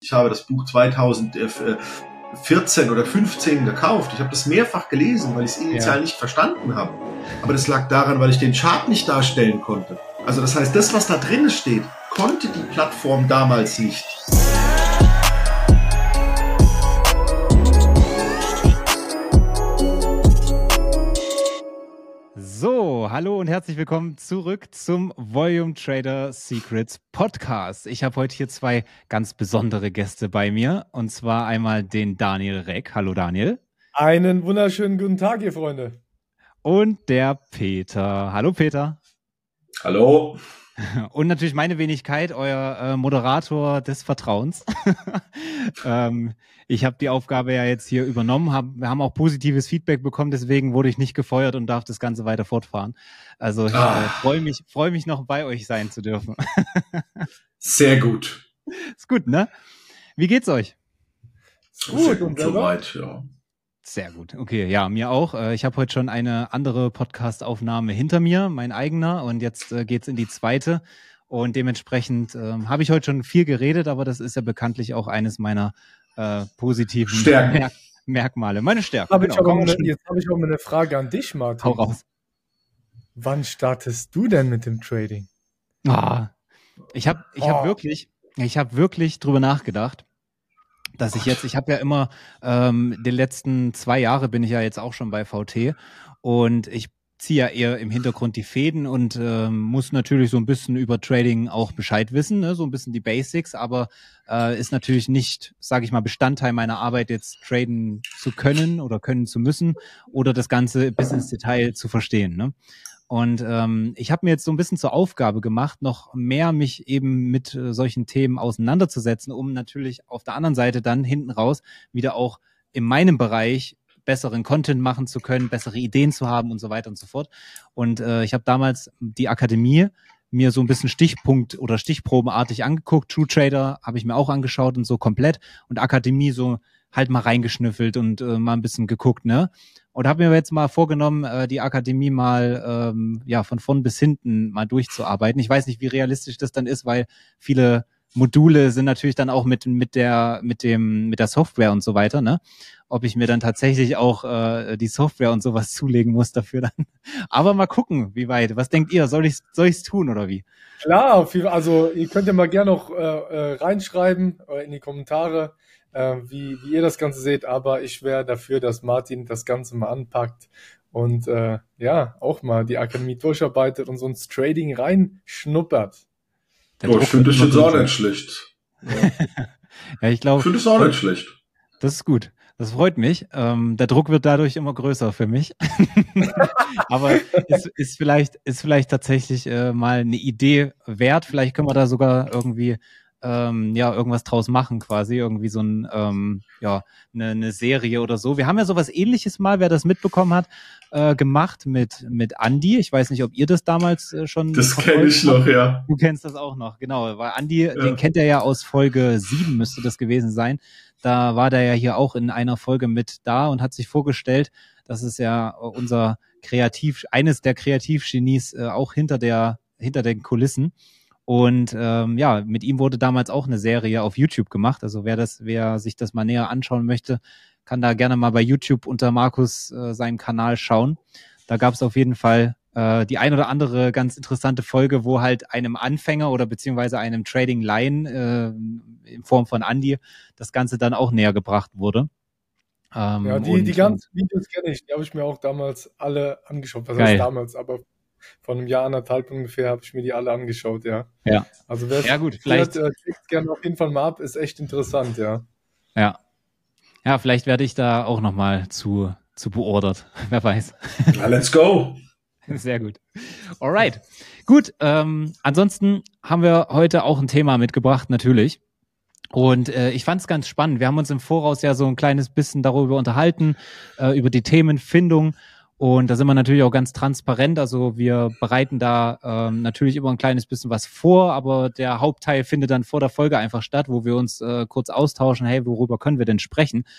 Ich habe das Buch 2014 oder 15 gekauft. Ich habe das mehrfach gelesen, weil ich es initial nicht verstanden habe. Aber das lag daran, weil ich den Chart nicht darstellen konnte. Also das heißt, das, was da drin steht, konnte die Plattform damals nicht. So, hallo und herzlich willkommen zurück zum Volume Trader Secrets Podcast. Ich habe heute hier zwei ganz besondere Gäste bei mir, und zwar einmal den Daniel Reck. Hallo Daniel. Einen wunderschönen guten Tag, ihr Freunde. Und der Peter. Hallo Peter. Hallo. Und natürlich meine Wenigkeit, euer Moderator des Vertrauens. Ich habe die Aufgabe ja jetzt hier übernommen. Wir haben auch positives Feedback bekommen, deswegen wurde ich nicht gefeuert und darf das Ganze weiter fortfahren. Also ich freue mich noch bei euch sein zu dürfen. Sehr gut. Ist gut, ne? Wie geht's euch? Gut und soweit, ja. Sehr gut. Okay, ja, mir auch. Ich habe heute schon eine andere Podcast-Aufnahme hinter mir, mein eigener, und jetzt geht's in die zweite. Und dementsprechend habe ich heute schon viel geredet, aber das ist ja bekanntlich auch eines meiner positiven Merkmale. Meine Stärken. Jetzt habe ich auch mal eine Frage an dich, Martin. Hau raus. Wann startest du denn mit dem Trading? Ich habe wirklich drüber nachgedacht, dass ich habe ja immer, die letzten 2 Jahre bin ich ja jetzt auch schon bei VT, und ich ziehe ja eher im Hintergrund die Fäden und muss natürlich so ein bisschen über Trading auch Bescheid wissen, ne? So ein bisschen die Basics, aber ist natürlich nicht, sage ich mal, Bestandteil meiner Arbeit, jetzt traden zu können oder können zu müssen oder das Ganze bis ins Detail zu verstehen, ne? Und ich habe mir jetzt so ein bisschen zur Aufgabe gemacht, noch mehr mich eben mit solchen Themen auseinanderzusetzen, um natürlich auf der anderen Seite dann hinten raus wieder auch in meinem Bereich besseren Content machen zu können, bessere Ideen zu haben und so weiter und so fort. Und ich habe damals die Akademie mir so ein bisschen Stichpunkt- oder stichprobenartig angeguckt. True Trader habe ich mir auch angeschaut und so komplett. Und Akademie so halt mal reingeschnüffelt und mal ein bisschen geguckt, ne? Und habe mir jetzt mal vorgenommen, die Akademie mal von vorn bis hinten mal durchzuarbeiten. Ich weiß nicht, wie realistisch das dann ist, weil viele Module sind natürlich dann auch mit der Software und so weiter, ne? Ob ich mir dann tatsächlich auch die Software und sowas zulegen muss dafür dann. Aber mal gucken, wie weit. Was denkt ihr? Soll ich's tun oder wie? Klar, also ihr könnt ja mal gerne noch reinschreiben in die Kommentare, wie ihr das Ganze seht, aber ich wäre dafür, dass Martin das Ganze mal anpackt und auch mal die Akademie durcharbeitet und so ins Trading reinschnuppert. Ich finde das jetzt auch nicht schlecht. Ja, ich glaube. Ich finde es auch nicht schlecht. Das ist gut. Das freut mich. Der Druck wird dadurch immer größer für mich. Aber ist vielleicht tatsächlich mal eine Idee wert. Vielleicht können wir da sogar irgendwie irgendwas draus machen, quasi irgendwie so eine Serie oder so. Wir haben ja sowas Ähnliches mal, wer das mitbekommen hat, gemacht mit Andi. Ich weiß nicht, ob ihr das damals schon. Das kenne ich noch, ja. Du kennst das auch noch, genau. Weil Andi, den kennt er ja aus Folge 7, müsste das gewesen sein. Da war der ja hier auch in einer Folge mit da und hat sich vorgestellt, dass es ja eines der Kreativgenies auch hinter den Kulissen. Und mit ihm wurde damals auch eine Serie auf YouTube gemacht. Also wer sich das mal näher anschauen möchte, kann da gerne mal bei YouTube unter Markus seinem Kanal schauen. Da gab es auf jeden Fall die ein oder andere ganz interessante Folge, wo halt einem Anfänger oder beziehungsweise einem Trading-Laien in Form von Andi das Ganze dann auch näher gebracht wurde. Die ganzen Videos kenne ich, die habe ich mir auch damals alle angeschaut. Was heißt damals, aber von einem Jahr, 1,5 ungefähr, habe ich mir die alle angeschaut, ja. Ja. Also wer vielleicht klickt gerne auf jeden Fall mal ab, ist echt interessant, ja. Ja. Ja, vielleicht werde ich da auch nochmal zu beordert. Wer weiß. Let's go. Sehr gut. Alright. Gut, ansonsten haben wir heute auch ein Thema mitgebracht, natürlich. Und ich fand es ganz spannend. Wir haben uns im Voraus ja so ein kleines bisschen darüber unterhalten, über die Themenfindung. Und da sind wir natürlich auch ganz transparent. Also wir bereiten da natürlich immer ein kleines bisschen was vor, aber der Hauptteil findet dann vor der Folge einfach statt, wo wir uns kurz austauschen, hey, worüber können wir denn sprechen?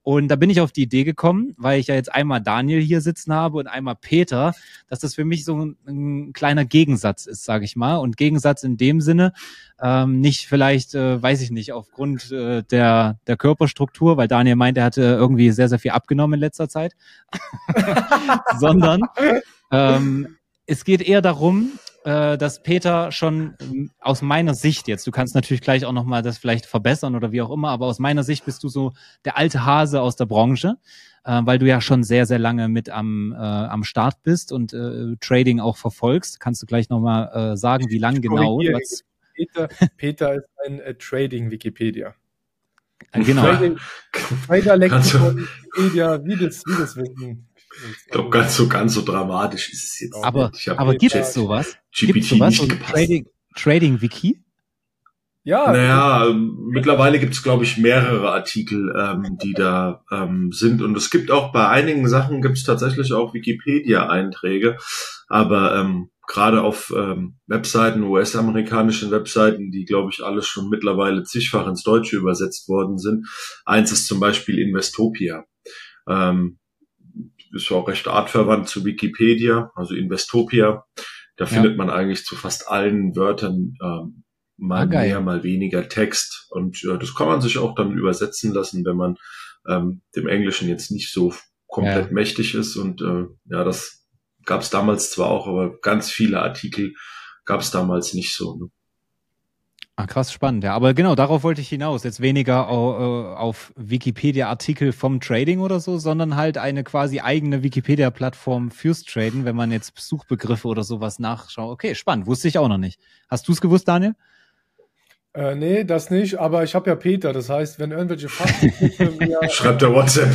Und da bin ich auf die Idee gekommen, weil ich ja jetzt einmal Daniel hier sitzen habe und einmal Peter, dass das für mich so ein kleiner Gegensatz ist, sage ich mal. Und Gegensatz in dem Sinne, nicht vielleicht, weiß ich nicht, aufgrund der Körperstruktur, weil Daniel meint, er hatte irgendwie sehr, sehr viel abgenommen in letzter Zeit, sondern es geht eher darum, dass Peter schon aus meiner Sicht jetzt, du kannst natürlich gleich auch nochmal das vielleicht verbessern oder wie auch immer, aber aus meiner Sicht bist du so der alte Hase aus der Branche, weil du ja schon sehr, sehr lange mit am Start bist und Trading auch verfolgst. Kannst du gleich nochmal sagen, wie lang genau? Peter ist ein Trading-Wikipedia. Genau. Trader-Lexikon, Wikipedia, wie das wissen. Ich glaube, ganz so dramatisch ist es jetzt. Aber gibt es sowas? Gibt es sowas? So Trading-Wiki? Ja. Naja, mittlerweile gibt es, glaube ich, mehrere Artikel, die da sind. Und es gibt auch bei einigen Sachen gibt es tatsächlich auch Wikipedia-Einträge. Aber gerade auf Webseiten, US-amerikanischen Webseiten, die, glaube ich, alles schon mittlerweile zigfach ins Deutsche übersetzt worden sind. Eins ist zum Beispiel Investopia. Ist auch recht artverwandt zu Wikipedia, also Investopia. Da findet man eigentlich zu fast allen Wörtern mal mehr, mal weniger Text. Und das kann man sich auch dann übersetzen lassen, wenn man dem Englischen jetzt nicht so komplett mächtig ist. Und das gab es damals zwar auch, aber ganz viele Artikel gab es damals nicht so. Ne? Ah, krass, spannend, ja. Aber genau, darauf wollte ich hinaus. Jetzt weniger auf Wikipedia-Artikel vom Trading oder so, sondern halt eine quasi eigene Wikipedia-Plattform fürs Traden, wenn man jetzt Suchbegriffe oder sowas nachschaut. Okay, spannend, wusste ich auch noch nicht. Hast du es gewusst, Daniel? Nee, das nicht, aber ich habe ja Peter, das heißt, wenn irgendwelche Fachbegriffe... Schreibt der WhatsApp.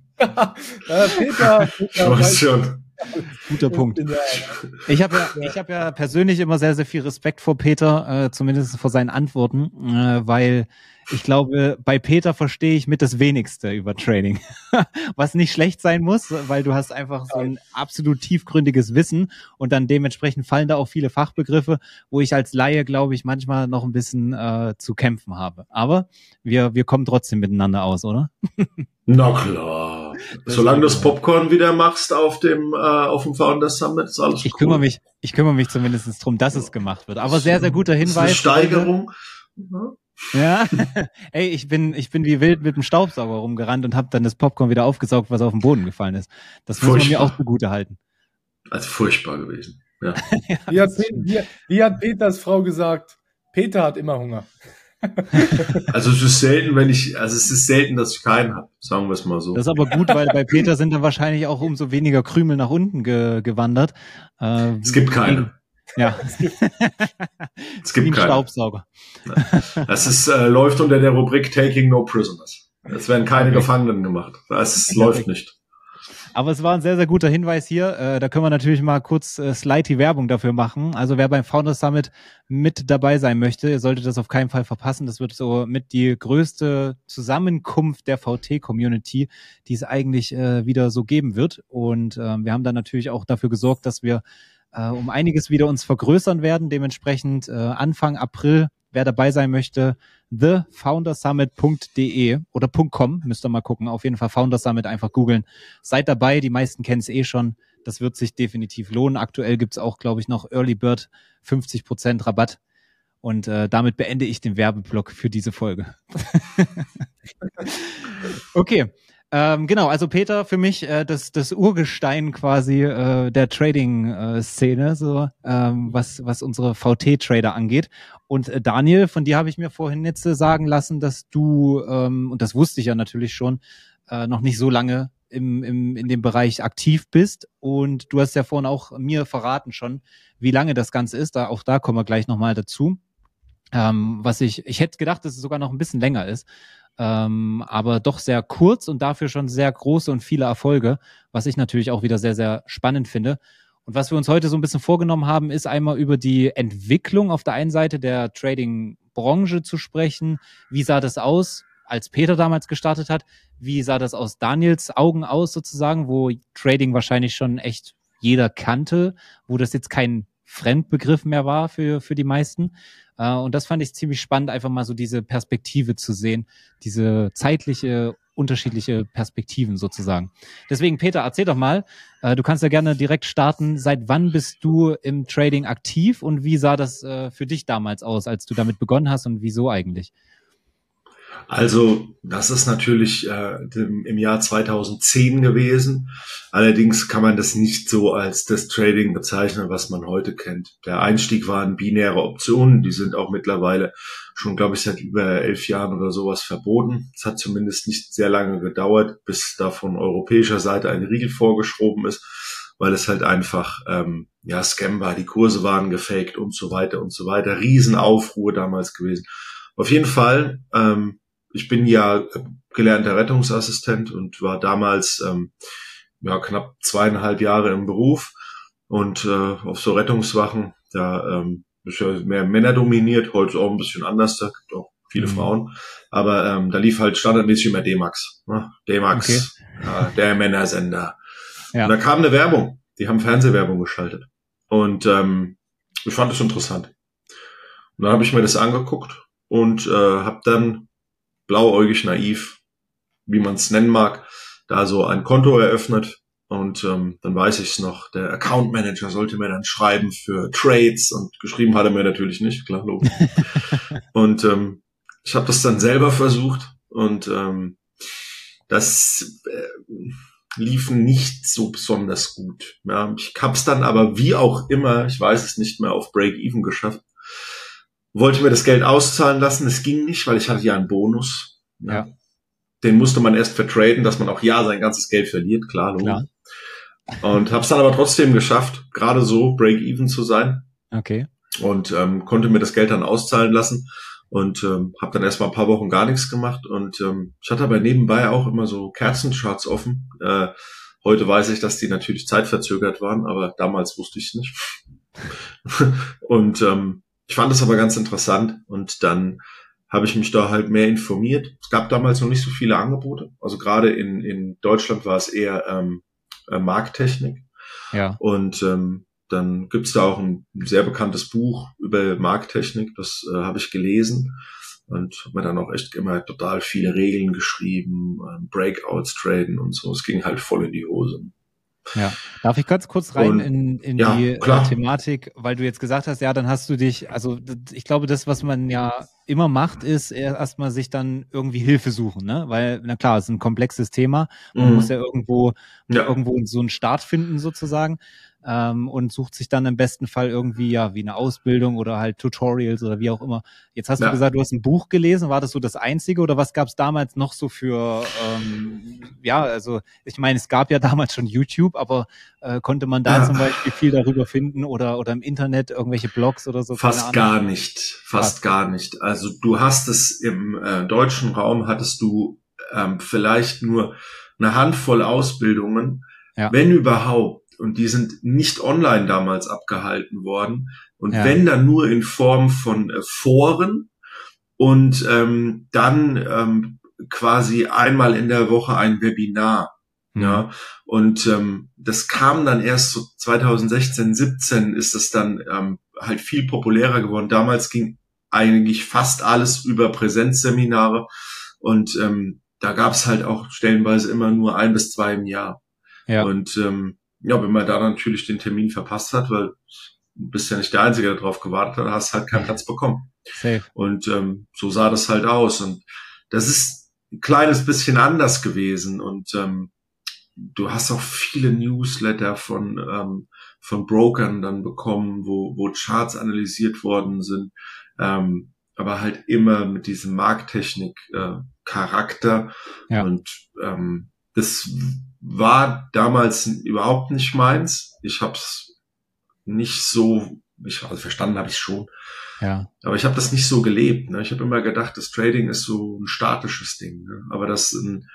Peter ich weiß schon. Guter Punkt. Ich hab ja persönlich immer sehr, sehr viel Respekt vor Peter, zumindest vor seinen Antworten, weil ich glaube, bei Peter verstehe ich mit das Wenigste über Trading. Was nicht schlecht sein muss, weil du hast einfach so ein absolut tiefgründiges Wissen und dann dementsprechend fallen da auch viele Fachbegriffe, wo ich als Laie, glaube ich, manchmal noch ein bisschen zu kämpfen habe. Aber wir kommen trotzdem miteinander aus, oder? Na klar. Solange du das Popcorn wieder machst auf dem Founders Summit, ist alles cool. Ich kümmere mich zumindest drum, dass es gemacht wird. Aber sehr, sehr guter Hinweis. Das ist eine Steigerung. Ja, ey, ich bin wie wild mit dem Staubsauger rumgerannt und habe dann das Popcorn wieder aufgesaugt, was auf den Boden gefallen ist. Das muss man mir auch zugute halten. Also furchtbar gewesen. Ja. Wie hat Peters Frau gesagt? Peter hat immer Hunger. Also es ist selten, dass ich keinen habe, sagen wir es mal so. Das ist aber gut, weil bei Peter sind dann wahrscheinlich auch umso weniger Krümel nach unten gewandert. Es gibt keine. Ja. Es gibt keinen Staubsauger. Das läuft unter der Rubrik Taking No Prisoners. Es werden keine Gefangenen gemacht. Es läuft nicht. Aber es war ein sehr, sehr guter Hinweis hier. Da können wir natürlich mal kurz slightly Werbung dafür machen. Also wer beim Founders Summit mit dabei sein möchte, ihr solltet das auf keinen Fall verpassen. Das wird so mit die größte Zusammenkunft der VT-Community, die es eigentlich wieder so geben wird. Und wir haben dann natürlich auch dafür gesorgt, dass wir um einiges wieder uns vergrößern werden. Dementsprechend Anfang April, wer dabei sein möchte, thefoundersummit.de oder .com, müsst ihr mal gucken. Auf jeden Fall Founders Summit einfach googeln. Seid dabei, die meisten kennen es schon. Das wird sich definitiv lohnen. Aktuell gibt's auch, glaube ich, noch Early Bird 50% Rabatt. Und damit beende ich den Werbeblock für diese Folge. Okay. Genau, also Peter für mich das Urgestein quasi der Trading-Szene, so was unsere VT-Trader angeht. Und Daniel, von dir habe ich mir vorhin jetzt sagen lassen, dass du, und das wusste ich ja natürlich schon, noch nicht so lange in dem Bereich aktiv bist. Und du hast ja vorhin auch mir verraten schon, wie lange das Ganze ist. Auch da kommen wir gleich nochmal dazu. Ich hätte gedacht, dass es sogar noch ein bisschen länger ist. Aber doch sehr kurz und dafür schon sehr große und viele Erfolge, was ich natürlich auch wieder sehr, sehr spannend finde. Und was wir uns heute so ein bisschen vorgenommen haben, ist einmal über die Entwicklung auf der einen Seite der Trading-Branche zu sprechen. Wie sah das aus, als Peter damals gestartet hat? Wie sah das aus Daniels Augen aus sozusagen, wo Trading wahrscheinlich schon echt jeder kannte, wo das jetzt kein Fremdbegriff mehr war für die meisten. Und das fand ich ziemlich spannend, einfach mal so diese Perspektive zu sehen, diese zeitliche, unterschiedliche Perspektiven sozusagen. Deswegen, Peter, erzähl doch mal, du kannst ja gerne direkt starten, seit wann bist du im Trading aktiv und wie sah das für dich damals aus, als du damit begonnen hast und wieso eigentlich? Also das ist natürlich im Jahr 2010 gewesen. Allerdings kann man das nicht so als das Trading bezeichnen, was man heute kennt. Der Einstieg waren binäre Optionen. Die sind auch mittlerweile schon, glaube ich, seit über 11 Jahren oder sowas verboten. Es hat zumindest nicht sehr lange gedauert, bis da von europäischer Seite ein Riegel vorgeschoben ist, weil es halt einfach Scam war. Die Kurse waren gefaked und so weiter und so weiter. Riesenaufruhr damals gewesen. Auf jeden Fall, ich bin ja gelernter Rettungsassistent und war damals knapp 2,5 Jahre im Beruf und auf so Rettungswachen, da ist ja mehr Männer dominiert, heute auch ein bisschen anders, da gibt auch viele Frauen, aber da lief halt standardmäßig immer D-Max, ne? D-Max, okay. Der Männersender. Ja. Und da kam eine Werbung, die haben Fernsehwerbung geschaltet und ich fand das interessant. Und dann habe ich mir das angeguckt und habe dann blauäugig naiv, wie man es nennen mag, da so ein Konto eröffnet und dann weiß ich es noch, der Account Manager sollte mir dann schreiben für Trades und geschrieben hat er mir natürlich nicht, klar, logisch. Und ich habe das dann selber versucht und das lief nicht so besonders gut. Ja, ich hab's dann aber wie auch immer, ich weiß es nicht mehr, auf Break-Even geschafft. Wollte mir das Geld auszahlen lassen, es ging nicht, weil ich hatte ja einen Bonus. Ja. Den musste man erst vertraden, dass man auch sein ganzes Geld verliert, klar. Und hab's dann aber trotzdem geschafft, gerade so Break-Even zu sein. Okay. Und konnte mir das Geld dann auszahlen lassen und habe dann erstmal ein paar Wochen gar nichts gemacht. Und ich hatte aber nebenbei auch immer so Kerzencharts offen. Heute weiß ich, dass die natürlich zeitverzögert waren, aber damals wusste ich es nicht. Und ich fand es aber ganz interessant und dann habe ich mich da halt mehr informiert. Es gab damals noch nicht so viele Angebote. Also gerade in Deutschland war es eher Markttechnik. Ja. Und dann gibt's da auch ein sehr bekanntes Buch über Markttechnik. Das habe ich gelesen und habe mir dann auch echt immer total viele Regeln geschrieben, Breakouts traden und so. Es ging halt voll in die Hose. Ja, darf ich ganz kurz rein in die Thematik, weil du jetzt gesagt hast, ja, dann hast du dich, also ich glaube, das, was man ja immer macht, ist erstmal sich dann irgendwie Hilfe suchen, ne? Weil, na klar, es ist ein komplexes Thema. Man muss ja irgendwo so einen Start finden sozusagen. Und sucht sich dann im besten Fall irgendwie wie eine Ausbildung oder halt Tutorials oder wie auch immer. Jetzt hast du gesagt, du hast ein Buch gelesen. War das so das Einzige oder was gab es damals noch so für, also ich meine, es gab ja damals schon YouTube, aber konnte man da zum Beispiel viel darüber finden oder im Internet irgendwelche Blogs oder so? Fast gar nicht. Also du hast es im deutschen Raum hattest du vielleicht nur eine Handvoll Ausbildungen, wenn überhaupt. Und die sind nicht online damals abgehalten worden. Und wenn dann nur in Form von Foren und dann quasi einmal in der Woche ein Webinar. Ja, und das kam dann erst so 2016, 17 ist es dann halt viel populärer geworden. Damals ging eigentlich fast alles über Präsenzseminare und da gab es halt auch stellenweise immer nur 1 bis 2 im Jahr. Ja. Und wenn man da natürlich den Termin verpasst hat, weil du bist ja nicht der Einzige, der darauf gewartet hat, hast halt keinen Platz bekommen. Safe. Und so sah das halt aus. Und das ist ein kleines bisschen anders gewesen. Und du hast auch viele Newsletter von Brokern dann bekommen, wo Charts analysiert worden sind. Aber halt immer mit diesem Markttechnik-Charakter. Und das war damals überhaupt nicht meins. Ich habe es nicht so, verstanden habe ich es schon. Ja. Aber ich habe das nicht so gelebt. Ne? Ich habe immer gedacht, das Trading ist so ein statisches Ding. Ne? Aber dass ein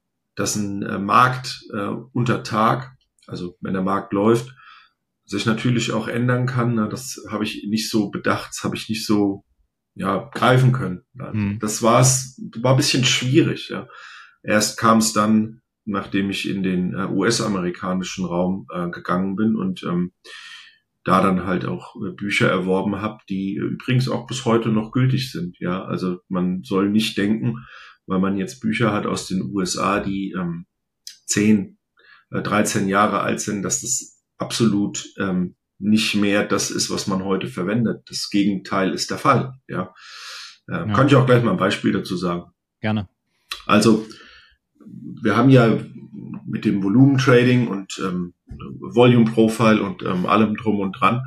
Markt unter Tag, also wenn der Markt läuft, sich natürlich auch ändern kann. Ne? Das habe ich nicht so bedacht, das habe ich nicht so greifen können. Das war ein bisschen schwierig. Ja. Erst kam es dann, nachdem ich in den US-amerikanischen Raum gegangen bin und da dann halt auch Bücher erworben habe, die übrigens auch bis heute noch gültig sind. Ja, also man soll nicht denken, weil man jetzt Bücher hat aus den USA, die 10, 13 Jahre alt sind, dass das absolut nicht mehr das ist, was man heute verwendet. Das Gegenteil ist der Fall. Ja, kann ich auch gleich mal ein Beispiel dazu sagen. Gerne. Also wir haben ja mit dem Volumentrading und Volume Profile und allem drum und dran,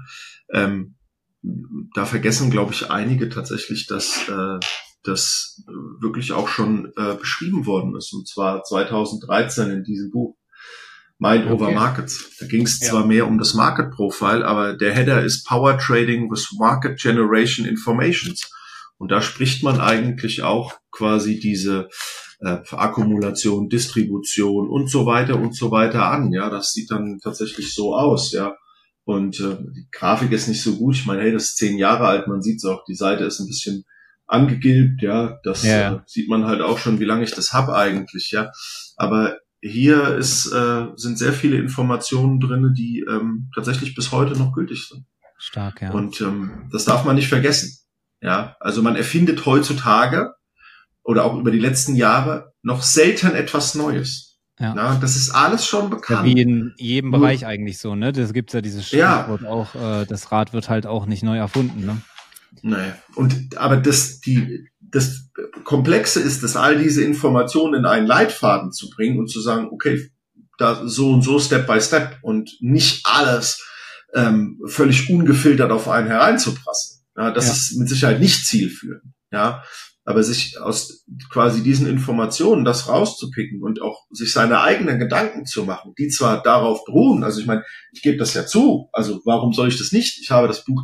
da vergessen, glaube ich, einige tatsächlich, dass das wirklich auch schon beschrieben worden ist, und zwar 2013 in diesem Buch Mind over Markets. Da ging es zwar mehr um das Market Profile, aber der Header ist Power Trading with Market Generation Informations. Und da spricht man eigentlich auch quasi diese Akkumulation, Distribution und so weiter an. Ja, das sieht dann tatsächlich so aus, ja. Und die Grafik ist nicht so gut. Ich meine, hey, das ist 10 Jahre alt. Man sieht es auch, die Seite ist ein bisschen angegilbt, ja. Das sieht man halt auch schon, wie lange ich das hab eigentlich, ja. Aber hier sind sehr viele Informationen drin, die tatsächlich bis heute noch gültig sind. Stark, ja. Und das darf man nicht vergessen. Ja, also man erfindet heutzutage oder auch über die letzten Jahre noch selten etwas Neues. Ja. Na, das ist alles schon bekannt. Ja, wie in jedem Bereich eigentlich so, ne? Das gibt's ja dieses Sprichwort auch, das Rad wird halt auch nicht neu erfunden, ne? Nee. Aber das Komplexe ist, dass all diese Informationen in einen Leitfaden zu bringen und zu sagen, okay, da so und so Step by Step und nicht alles völlig ungefiltert auf einen hereinzuprassen. Ja, das ist mit Sicherheit nicht zielführend. Ja, aber sich aus quasi diesen Informationen das rauszupicken und auch sich seine eigenen Gedanken zu machen, die zwar darauf beruhen, also ich meine, ich gebe das ja zu, also warum soll ich das nicht? Ich habe das Buch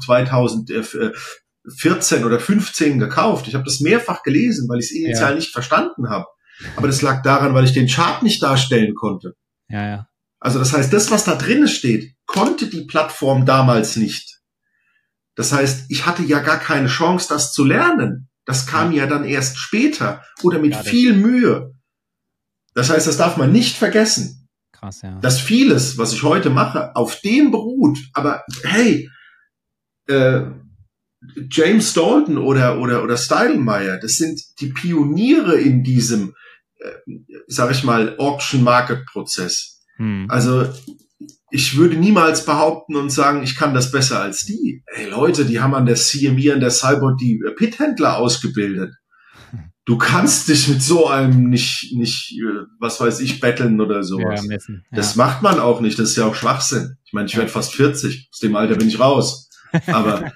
2014 oder 15 gekauft. Ich habe das mehrfach gelesen, weil ich es initial nicht verstanden habe. Aber das lag daran, weil ich den Chart nicht darstellen konnte. Ja. Also das heißt, das, was da drin steht, konnte die Plattform damals nicht. Das heißt, ich hatte ja gar keine Chance, das zu lernen. Das kam ja dann erst später oder mit viel Mühe. Das heißt, das darf man nicht vergessen. Krass, ja. Dass vieles, was ich heute mache, auf dem beruht. Aber hey, James Dalton oder Steinmeier, das sind die Pioniere in diesem, sag ich mal, Auction-Market-Prozess. Also ich würde niemals behaupten und sagen, ich kann das besser als die. Hey Leute, die haben an der CME, an der Cybot die Pit-Händler ausgebildet. Du kannst dich mit so einem nicht, was weiß ich, betteln oder sowas. Ja, messen. Ja. Das macht man auch nicht, das ist ja auch Schwachsinn. Ich meine, ich werde fast 40, aus dem Alter bin ich raus. Aber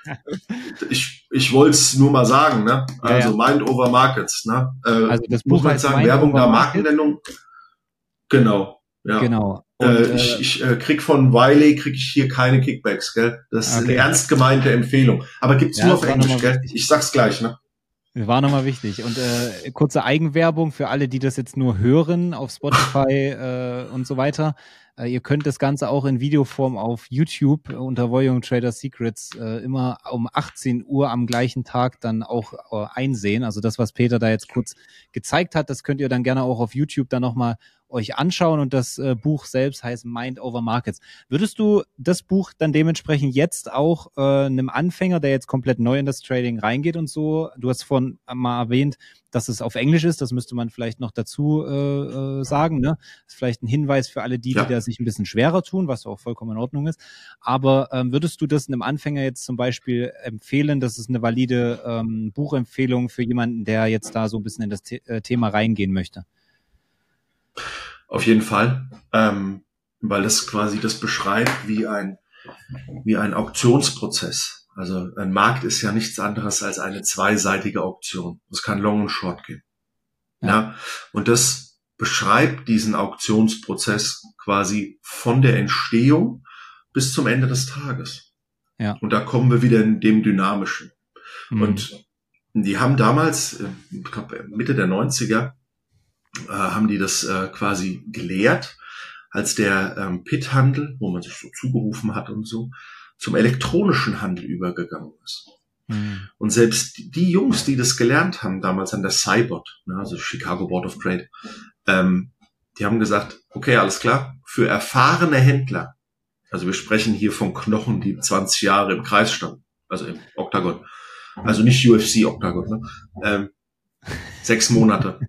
ich wollte es nur mal sagen, ne? Also Mind over Markets, ne? Also das Buch muss man sagen, Werbung da, Markennennung. Genau. Ja. Genau. Und, ich krieg von Wiley hier keine Kickbacks, gell? Das ist eine ernst gemeinte Empfehlung. Aber gibt's nur auf Englisch, gell? Ich sag's gleich, ne? War nochmal wichtig. Und kurze Eigenwerbung für alle, die das jetzt nur hören auf Spotify und so weiter. Ihr könnt das Ganze auch in Videoform auf YouTube unter Volume Trader Secrets immer um 18 Uhr am gleichen Tag dann auch einsehen. Also das, was Peter da jetzt kurz gezeigt hat, das könnt ihr dann gerne auch auf YouTube dann nochmal euch anschauen, und das Buch selbst heißt Mind over Markets. Würdest du das Buch dann dementsprechend jetzt auch einem Anfänger, der jetzt komplett neu in das Trading reingeht und so, du hast vorhin mal erwähnt, dass es auf Englisch ist, das müsste man vielleicht noch dazu sagen, ne? Das ist vielleicht ein Hinweis für alle die da sich ein bisschen schwerer tun, was auch vollkommen in Ordnung ist. Aber würdest du das einem Anfänger jetzt zum Beispiel empfehlen? Das ist eine valide Buchempfehlung für jemanden, der jetzt da so ein bisschen in das Thema reingehen möchte. Auf jeden Fall, weil das quasi das beschreibt wie ein Auktionsprozess. Also ein Markt ist ja nichts anderes als eine zweiseitige Auktion. Es kann Long und Short geben. Ja. Und das beschreibt diesen Auktionsprozess quasi von der Entstehung bis zum Ende des Tages. Ja. Und da kommen wir wieder in dem Dynamischen. Und die haben damals, ich glaube Mitte der 90er, haben die das quasi gelehrt, als der Pit-Handel, wo man sich so zugerufen hat und so, zum elektronischen Handel übergegangen ist. Und selbst die Jungs, die das gelernt haben, damals an der Cybot, also Chicago Board of Trade, die haben gesagt, okay, alles klar, für erfahrene Händler Also wir sprechen hier von Knochen, die 20 Jahre im Kreis standen, also im Oktagon. Also nicht UFC-Oktagon, ne? 6 Monate.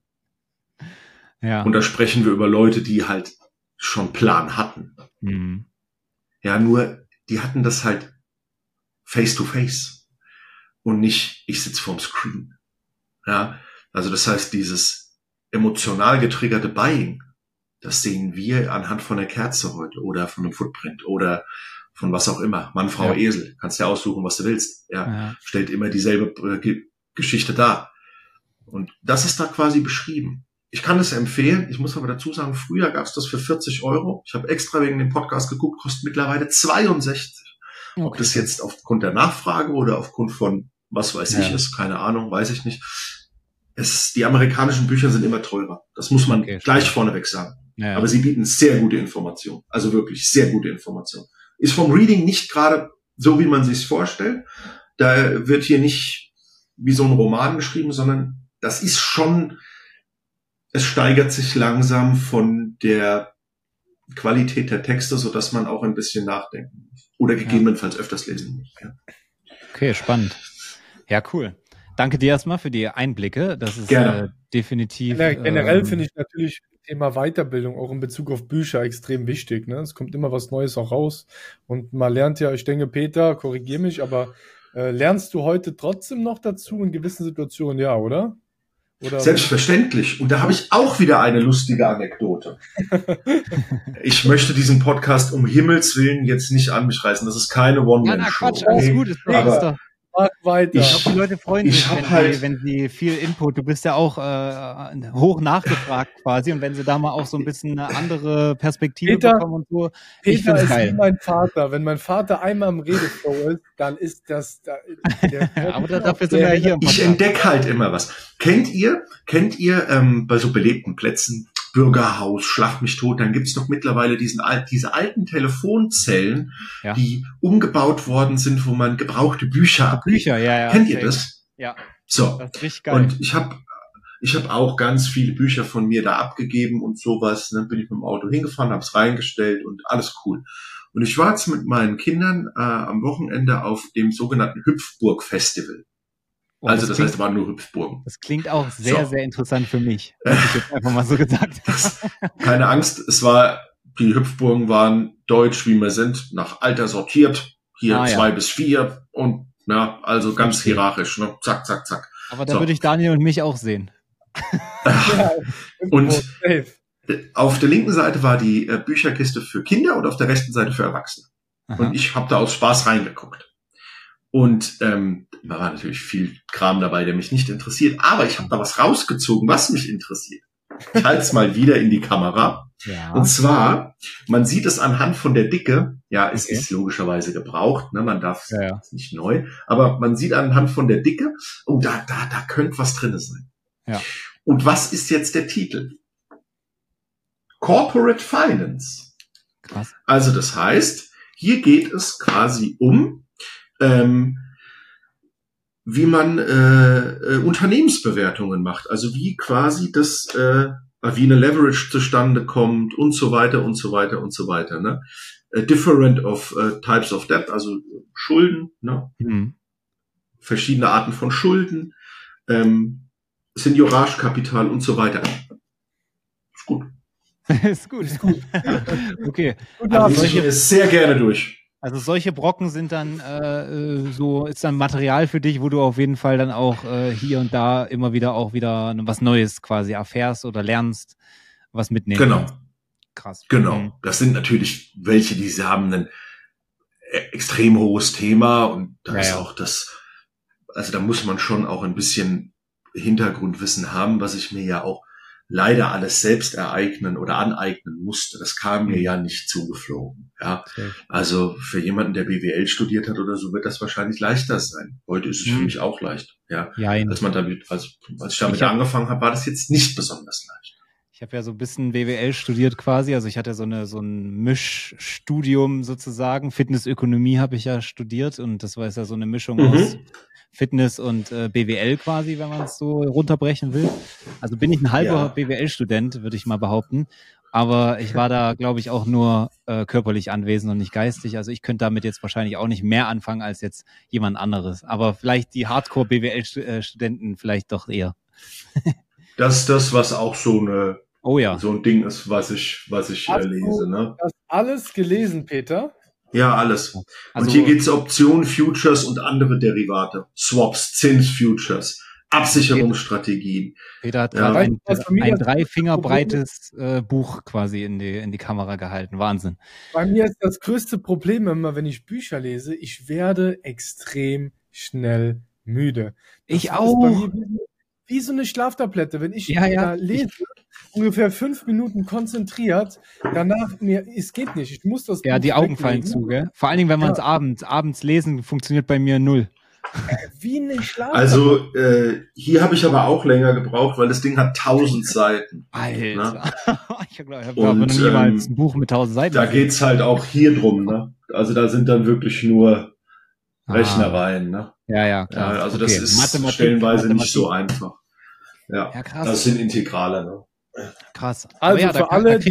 Ja. Und da sprechen wir über Leute, die halt schon Plan hatten. Mhm. Ja, nur die hatten das halt face to face und nicht, ich sitze vorm Screen. Ja, also das heißt, dieses emotional getriggerte Buying, das sehen wir anhand von der Kerze heute oder von einem Footprint oder von was auch immer. Mann, Frau, Esel. Kannst dir aussuchen, was du willst. Ja. Stellt immer dieselbe Geschichte dar. Und das ist da quasi beschrieben. Ich kann es empfehlen. Ich muss aber dazu sagen, früher gab es das für 40 Euro. Ich habe extra wegen dem Podcast geguckt, kostet mittlerweile 62. Okay. Ob das jetzt aufgrund der Nachfrage oder aufgrund von was weiß ich ist, keine Ahnung, weiß ich nicht. Die amerikanischen Bücher sind immer teurer. Das muss man gleich vorneweg sagen. Ja. Aber sie bieten sehr gute Informationen. Also wirklich sehr gute Informationen. Ist vom Reading nicht gerade so, wie man sich's vorstellt. Da wird hier nicht wie so ein Roman geschrieben, sondern das ist schon, es steigert sich langsam von der Qualität der Texte, sodass man auch ein bisschen nachdenken muss. Oder gegebenenfalls öfters lesen muss. Ja. Okay, spannend. Ja, cool. Danke dir erstmal für die Einblicke. Das ist definitiv. Generell finde ich natürlich Thema Weiterbildung auch in Bezug auf Bücher extrem wichtig. Ne? Es kommt immer was Neues auch raus. Und man lernt ja, ich denke, Peter, korrigier mich, aber lernst du heute trotzdem noch dazu in gewissen Situationen, ja, oder? Selbstverständlich. Und da habe ich auch wieder eine lustige Anekdote. Ich möchte diesen Podcast um Himmels Willen jetzt nicht an mich reißen. Das ist keine One-Man-Show. Quatsch, alles gut, ist aber weiter. Ich glaube, die Leute freuen sich, wenn sie viel Input, du bist ja auch hoch nachgefragt quasi, und wenn sie da mal auch so ein bisschen eine andere Perspektive bekommen und so. Peter ist wie mein Vater. Wenn mein Vater einmal im Redeflow ist, dann ist das... Aber dafür sind wir ja hier. Ich entdecke halt immer was. Kennt ihr bei so belebten Plätzen, Bürgerhaus, Schlag mich tot, dann gibt's doch mittlerweile diese alten Telefonzellen, die umgebaut worden sind, wo man gebrauchte Bücher abgibt. Kennt ihr das? Ja. So. Das ist richtig geil. Und ich hab auch ganz viele Bücher von mir da abgegeben und sowas. Dann bin ich mit dem Auto hingefahren, hab's reingestellt und alles cool. Und ich war jetzt mit meinen Kindern am Wochenende auf dem sogenannten Hüpfburg-Festival. Also das heißt, es waren nur Hüpfburgen. Das klingt auch sehr, sehr interessant für mich. Hätte ich jetzt einfach mal so gesagt. Keine Angst, die Hüpfburgen waren deutsch, wie wir sind, nach Alter sortiert. Hier 2 bis 4 und also ganz hierarchisch, ne? Zack, zack, zack. Aber da würde ich Daniel und mich auch sehen. Und auf der linken Seite war die Bücherkiste für Kinder und auf der rechten Seite für Erwachsene. Aha. Und ich habe da aus Spaß reingeguckt. Und da war natürlich viel Kram dabei, der mich nicht interessiert. Aber ich habe da was rausgezogen, was mich interessiert. Ich halte es mal wieder in die Kamera. Ja. Und zwar, man sieht es anhand von der Dicke. Ja, es ist logischerweise gebraucht. Ne? Man darf es nicht neu. Aber man sieht anhand von der Dicke, da könnte was drin sein. Ja. Und was ist jetzt der Titel? Corporate Finance. Krass. Also das heißt, hier geht es quasi um wie man Unternehmensbewertungen macht, also wie quasi das, wie eine Leverage zustande kommt und so weiter und so weiter und so weiter. Ne? Different of types of debt, also Schulden, ne? Verschiedene Arten von Schulden, Senioragekapital und so weiter. Ist gut. Ist gut. Okay. Also ich gehe sehr gerne durch. Also solche Brocken sind dann ist dann Material für dich, wo du auf jeden Fall dann auch hier und da immer wieder auch wieder was Neues quasi erfährst oder lernst, was mitnehmen. Genau. Krass. Genau. Das sind natürlich welche, die haben ein extrem hohes Thema und da ist auch also da muss man schon auch ein bisschen Hintergrundwissen haben, was ich mir ja auch leider alles selbst ereignen oder aneignen musste. Das kam mir ja nicht zugeflogen. Ja, also für jemanden, der BWL studiert hat oder so, wird das wahrscheinlich leichter sein. Heute ist es für mich auch leicht. Ja, als ich damit angefangen habe, war das jetzt nicht besonders leicht. Ich habe ja so ein bisschen BWL studiert quasi. Also ich hatte so ein Mischstudium sozusagen. Fitnessökonomie habe ich ja studiert und das war ja so eine Mischung aus Fitness und BWL quasi, wenn man es so runterbrechen will. Also bin ich ein halber BWL-Student, würde ich mal behaupten. Aber ich war da, glaube ich, auch nur körperlich anwesend und nicht geistig. Also ich könnte damit jetzt wahrscheinlich auch nicht mehr anfangen als jetzt jemand anderes. Aber vielleicht die Hardcore-BWL-Studenten vielleicht doch eher. Das ist das, was auch so ein Ding ist, was ich Hast lese. du Ne? das alles gelesen, Peter? Ja, alles. Also, und hier geht es Optionen, Futures und andere Derivate. Swaps, Zinsfutures, Absicherungsstrategien. Peter hat gerade ein 3 Finger breites Buch quasi in die Kamera gehalten. Wahnsinn. Bei mir ist das größte Problem immer, wenn ich Bücher lese, ich werde extrem schnell müde. Ich auch. Bei mir wie so eine Schlaftablette. Wenn ich lese, ungefähr 5 Minuten konzentriert, danach es geht nicht. Ich muss das Buch die Augen fallen zu, gell? Vor allen Dingen, wenn man es abends lesen, funktioniert bei mir 0. Wie eine Schlaf. Also hier habe ich aber auch länger gebraucht, weil das Ding hat 1000 Seiten. Alter. Ne? Ich habe noch niemals ein Buch mit 1000 Seiten. Da geht's halt auch hier drum. Ne? Also da sind dann wirklich nur Rechnereien. Ne? Ja, klar. Ja, also das ist stellenweise nicht so einfach. Ja, krass. Das sind Integrale. Ne? Krass. Also für alle,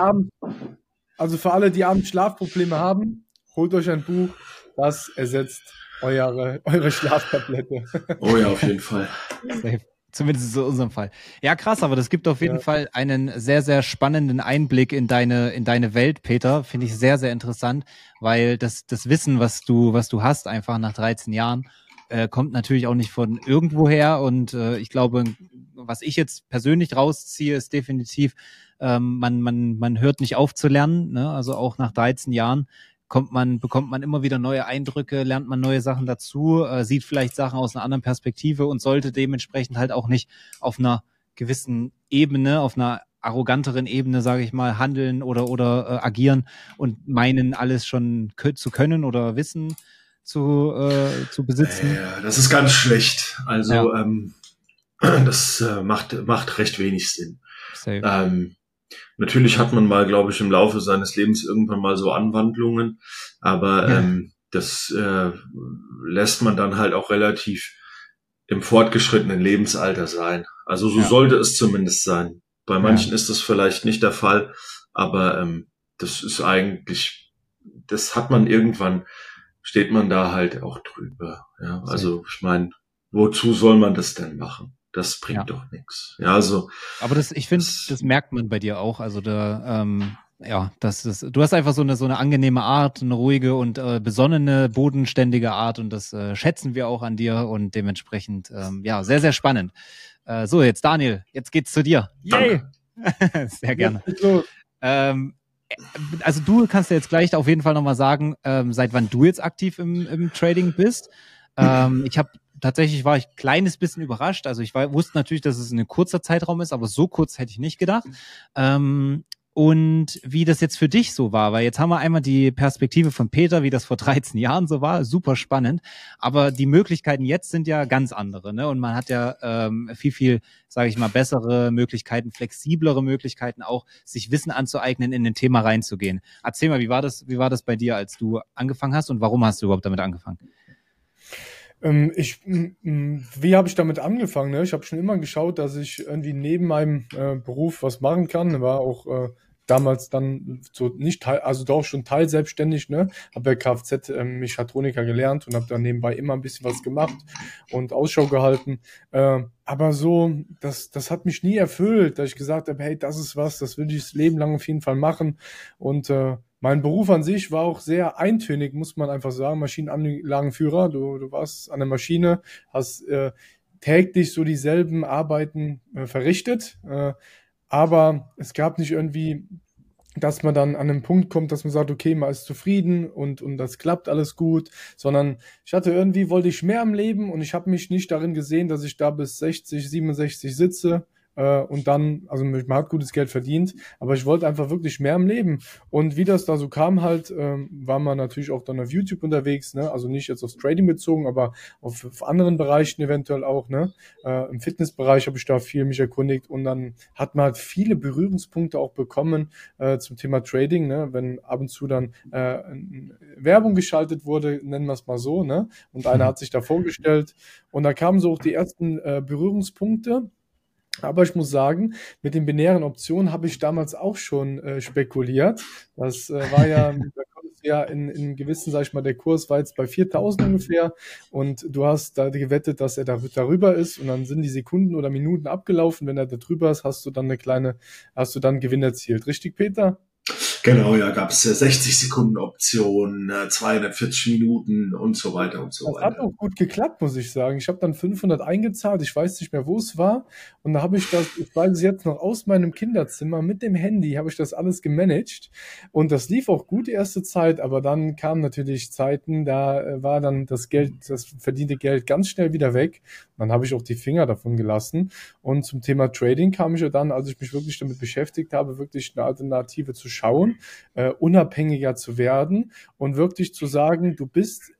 die abends Schlafprobleme haben, holt euch ein Buch, das ersetzt eure Schlaftablette. Oh ja, auf jeden Fall. Safe. Zumindest in unserem Fall. Ja, krass, aber das gibt auf jeden Fall einen sehr, sehr spannenden Einblick in deine Welt, Peter. Finde ich sehr, sehr interessant, weil das Wissen, was du hast, einfach nach 13 Jahren, kommt natürlich auch nicht von irgendwoher. Und ich glaube, was ich jetzt persönlich rausziehe, ist definitiv, man hört nicht auf zu lernen, ne? Also auch nach 13 Jahren bekommt man immer wieder neue Eindrücke, lernt man neue Sachen dazu, sieht vielleicht Sachen aus einer anderen Perspektive und sollte dementsprechend halt auch nicht auf einer gewissen Ebene, auf einer arroganteren Ebene, sage ich mal, handeln oder agieren und meinen, alles schon zu können oder wissen zu besitzen. Ja, das ist ganz schlecht. Also das macht recht wenig Sinn. Natürlich hat man mal, glaube ich, im Laufe seines Lebens irgendwann mal so Anwandlungen, aber das lässt man dann halt auch relativ im fortgeschrittenen Lebensalter sein. Also so sollte es zumindest sein. Bei manchen ist das vielleicht nicht der Fall, aber das ist eigentlich, das hat man irgendwann, steht man da halt auch drüber. Ja, also ich meine, wozu soll man das denn machen? Das bringt doch nichts. Ja, also. Aber ich finde, das merkt man bei dir auch. Also du hast einfach so eine angenehme Art, eine ruhige und besonnene, bodenständige Art und das schätzen wir auch an dir und dementsprechend, sehr, sehr spannend. So, jetzt Daniel, jetzt geht's zu dir. Yay! Sehr gerne. Also du kannst ja jetzt gleich auf jeden Fall nochmal sagen, seit wann du jetzt aktiv im Trading bist. Tatsächlich war ich ein kleines bisschen überrascht. Also ich wusste natürlich, dass es ein kurzer Zeitraum ist, aber so kurz hätte ich nicht gedacht. Und wie das jetzt für dich so war, weil jetzt haben wir einmal die Perspektive von Peter, wie das vor 13 Jahren so war, super spannend. Aber die Möglichkeiten jetzt sind ja ganz andere, ne? Und man hat ja viel, sage ich mal, bessere Möglichkeiten, flexiblere Möglichkeiten auch, sich Wissen anzueignen, in ein Thema reinzugehen. Erzähl mal, wie war das bei dir, als du angefangen hast und warum hast du überhaupt damit angefangen? Wie habe ich damit angefangen? Ne? Ich habe schon immer geschaut, dass ich irgendwie neben meinem Beruf was machen kann. War auch damals dann so doch schon teilselbstständig, ne? Habe bei Kfz Mechatroniker gelernt und habe dann nebenbei immer ein bisschen was gemacht und Ausschau gehalten. Aber so, das hat mich nie erfüllt, dass ich gesagt habe, hey, das ist was, das will ich das Leben lang auf jeden Fall machen. Und mein Beruf an sich war auch sehr eintönig, muss man einfach sagen. Maschinenanlagenführer, du warst an der Maschine, hast täglich so dieselben Arbeiten verrichtet, aber es gab nicht irgendwie, dass man dann an einen Punkt kommt, dass man sagt, okay, man ist zufrieden und das klappt alles gut, sondern wollte ich mehr im Leben und ich habe mich nicht darin gesehen, dass ich da bis 60, 67 sitze. Und dann, also man hat gutes Geld verdient, aber ich wollte einfach wirklich mehr im Leben. Und wie das da so kam halt, war man natürlich auch dann auf YouTube unterwegs, ne? Also nicht jetzt aufs Trading bezogen, aber auf anderen Bereichen eventuell auch, ne? Im Fitnessbereich habe ich da viel mich erkundigt und dann hat man halt viele Berührungspunkte auch bekommen zum Thema Trading, ne? Wenn ab und zu dann Werbung geschaltet wurde, nennen wir es mal so, ne? Und einer hat sich da vorgestellt und da kamen so auch die ersten Berührungspunkte. Aber ich muss sagen, mit den binären Optionen habe ich damals auch schon spekuliert. Das war ja, da konntest du ja in gewissen, sag ich mal, der Kurs war jetzt bei 4.000 ungefähr und du hast da gewettet, dass er darüber ist und dann sind die Sekunden oder Minuten abgelaufen. Wenn er da drüber ist, hast du dann Gewinn erzielt. Richtig, Peter? Genau, ja, gab es 60 Sekunden Option, 240 Minuten und so weiter und so Das weiter. hat auch gut geklappt, muss ich sagen. Ich habe dann 500 eingezahlt, ich weiß nicht mehr, wo es war. Und da habe ich ich weiß es jetzt noch, aus meinem Kinderzimmer mit dem Handy habe ich das alles gemanagt. Und das lief auch gut die erste Zeit, aber dann kamen natürlich Zeiten, da war dann das verdiente Geld ganz schnell wieder weg. Und dann habe ich auch die Finger davon gelassen. Und zum Thema Trading kam ich ja dann, als ich mich wirklich damit beschäftigt habe, wirklich eine Alternative zu schauen, unabhängiger zu werden und wirklich zu sagen, du bist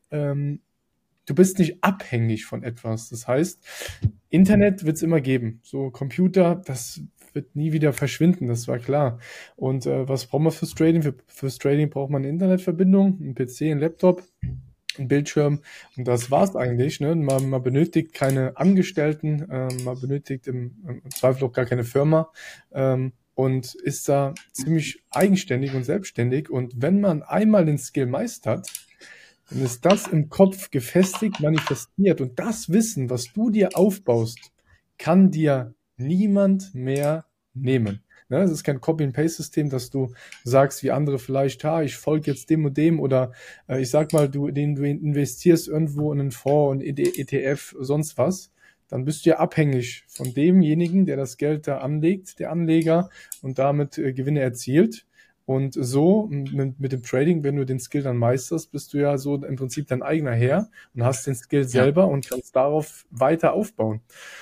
nicht abhängig von etwas. Das heißt, Internet wird es immer geben. So Computer, das wird nie wieder verschwinden, das war klar. Und was braucht man fürs Trading? Fürs Trading braucht man eine Internetverbindung, einen PC, einen Laptop, einen Bildschirm. Und das war's eigentlich. Ne? Man benötigt keine Angestellten, man benötigt im Zweifel auch gar keine Firma. Und ist da ziemlich eigenständig und selbstständig. Und wenn man einmal den Skill meistert, dann ist das im Kopf gefestigt, manifestiert. Und das Wissen, was du dir aufbaust, kann dir niemand mehr nehmen. Ne? Es ist kein Copy-and-Paste-System, dass du sagst, wie andere vielleicht, ich folge jetzt dem und dem oder ich sag mal, du investierst irgendwo in einen Fonds, in ETF, sonst was. Dann bist du ja abhängig von demjenigen, der das Geld da anlegt, der Anleger, und damit Gewinne erzielt. Und so mit dem Trading, wenn du den Skill dann meisterst, bist du ja so im Prinzip dein eigener Herr und hast den Skill selber und kannst darauf weiter aufbauen.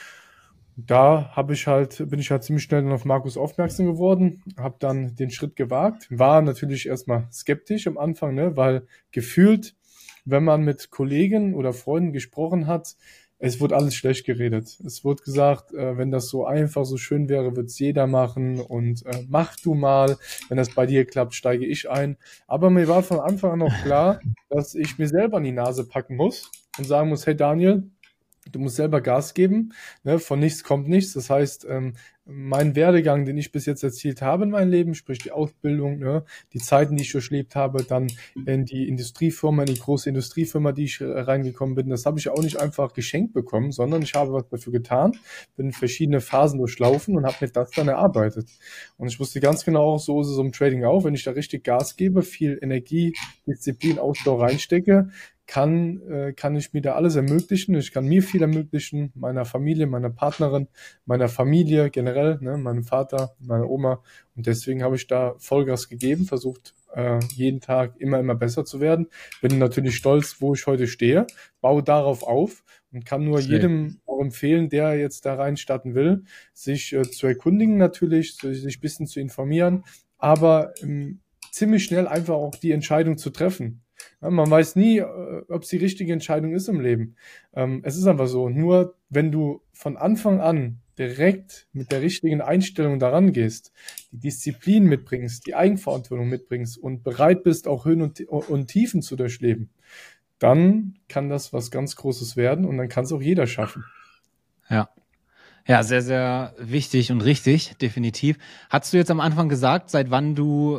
Da bin ich halt ziemlich schnell dann auf Markus aufmerksam geworden, habe dann den Schritt gewagt, war natürlich erstmal skeptisch am Anfang, ne, weil gefühlt, wenn man mit Kollegen oder Freunden gesprochen hat, es wurde alles schlecht geredet. Es wurde gesagt, wenn das so einfach, so schön wäre, würde es jeder machen und mach du mal. Wenn das bei dir klappt, steige ich ein. Aber mir war von Anfang an auch klar, dass ich mir selber an die Nase packen muss und sagen muss, hey Daniel, du musst selber Gas geben, ne? Von nichts kommt nichts. Das heißt, mein Werdegang, den ich bis jetzt erzielt habe in meinem Leben, sprich die Ausbildung, ne? Die Zeiten, die ich durchlebt habe, dann in die Industriefirma, in die große Industriefirma, die ich reingekommen bin, das habe ich auch nicht einfach geschenkt bekommen, sondern ich habe was dafür getan, bin verschiedene Phasen durchlaufen und habe mir das dann erarbeitet. Und ich wusste ganz genau, auch so ist es im Trading auch, wenn ich da richtig Gas gebe, viel Energie, Disziplin, Ausdauer reinstecke, kann ich mir da alles ermöglichen. Ich kann mir viel ermöglichen, meiner Familie, meiner Partnerin, meiner Familie generell, ne, meinem Vater, meiner Oma. Und deswegen habe ich da Vollgas gegeben, versucht jeden Tag immer besser zu werden. Bin natürlich stolz, wo ich heute stehe, baue darauf auf und kann nur jedem auch empfehlen, der jetzt da rein starten will, sich zu erkundigen natürlich, sich ein bisschen zu informieren, aber ziemlich schnell einfach auch die Entscheidung zu treffen. Ja, man weiß nie, ob es die richtige Entscheidung ist im Leben. Es ist einfach so. Nur wenn du von Anfang an direkt mit der richtigen Einstellung daran gehst, die Disziplin mitbringst, die Eigenverantwortung mitbringst und bereit bist, auch Höhen und Tiefen zu durchleben, dann kann das was ganz Großes werden und dann kann es auch jeder schaffen. Ja. Ja, sehr, sehr wichtig und richtig, definitiv. Hast du jetzt am Anfang gesagt, seit wann du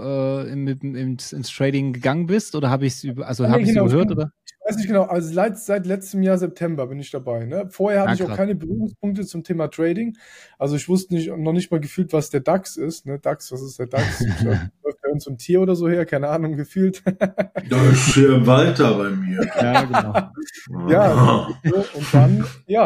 ins Trading gegangen bist, oder habe ich es überhört? Oder? Ich weiß nicht genau, also seit letztem Jahr September bin ich dabei. Ne? Vorher hatte ich auch keine Berührungspunkte zum Thema Trading. Also ich wusste noch nicht mal gefühlt, was der DAX ist. Ne? DAX, was ist der DAX? Läuft bei uns so ein Tier oder so her, keine Ahnung, gefühlt. Da ist hier Walter bei mir. Ja, genau. Ja, und dann,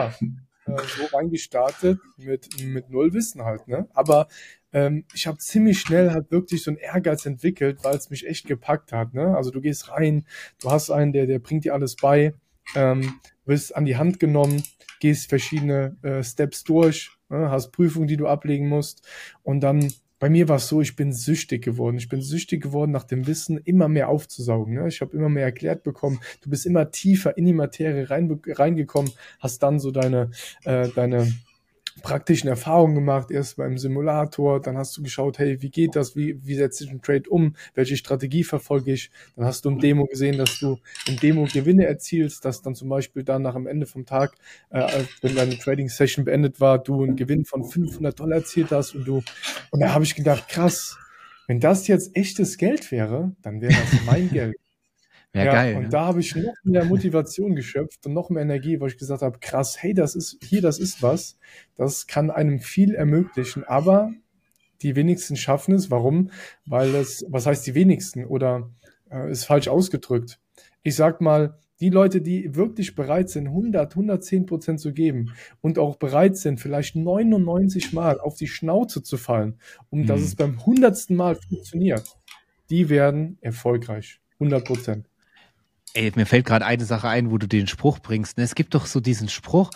so reingestartet mit null Wissen halt, ne? Aber ich habe ziemlich schnell halt wirklich so einen Ehrgeiz entwickelt, weil es mich echt gepackt hat, ne? Also du gehst rein, du hast einen, der bringt dir alles bei, wirst an die Hand genommen, gehst verschiedene Steps durch, ne? Hast Prüfungen, die du ablegen musst, und dann bei mir war es so, ich bin süchtig geworden. Ich bin süchtig geworden, nach dem Wissen immer mehr aufzusaugen. Ne? Ich habe immer mehr erklärt bekommen. Du bist immer tiefer in die Materie reingekommen, hast dann so deine praktischen Erfahrungen gemacht, erst beim Simulator, dann hast du geschaut, hey, wie geht das, wie setze ich einen Trade um, welche Strategie verfolge ich, dann hast du im Demo gesehen, dass du im Demo Gewinne erzielst, dass dann zum Beispiel dann nach dem Ende vom Tag, wenn deine Trading-Session beendet war, du einen Gewinn von $500 erzielt hast und da habe ich gedacht, krass, wenn das jetzt echtes Geld wäre, dann wäre das mein Geld. Ja, Ja, geil. und Ne? da habe ich noch mehr Motivation geschöpft und noch mehr Energie, weil ich gesagt habe, krass, hey, das ist was, das kann einem viel ermöglichen, aber die wenigsten schaffen es. Warum? Was heißt die wenigsten? Oder ist falsch ausgedrückt. Ich sag mal, die Leute, die wirklich bereit sind, 110% zu geben und auch bereit sind, vielleicht 99 Mal auf die Schnauze zu fallen, dass es beim 100. Mal funktioniert, die werden erfolgreich. 100%. Ey, mir fällt gerade eine Sache ein, wo du den Spruch bringst. Es gibt doch so diesen Spruch,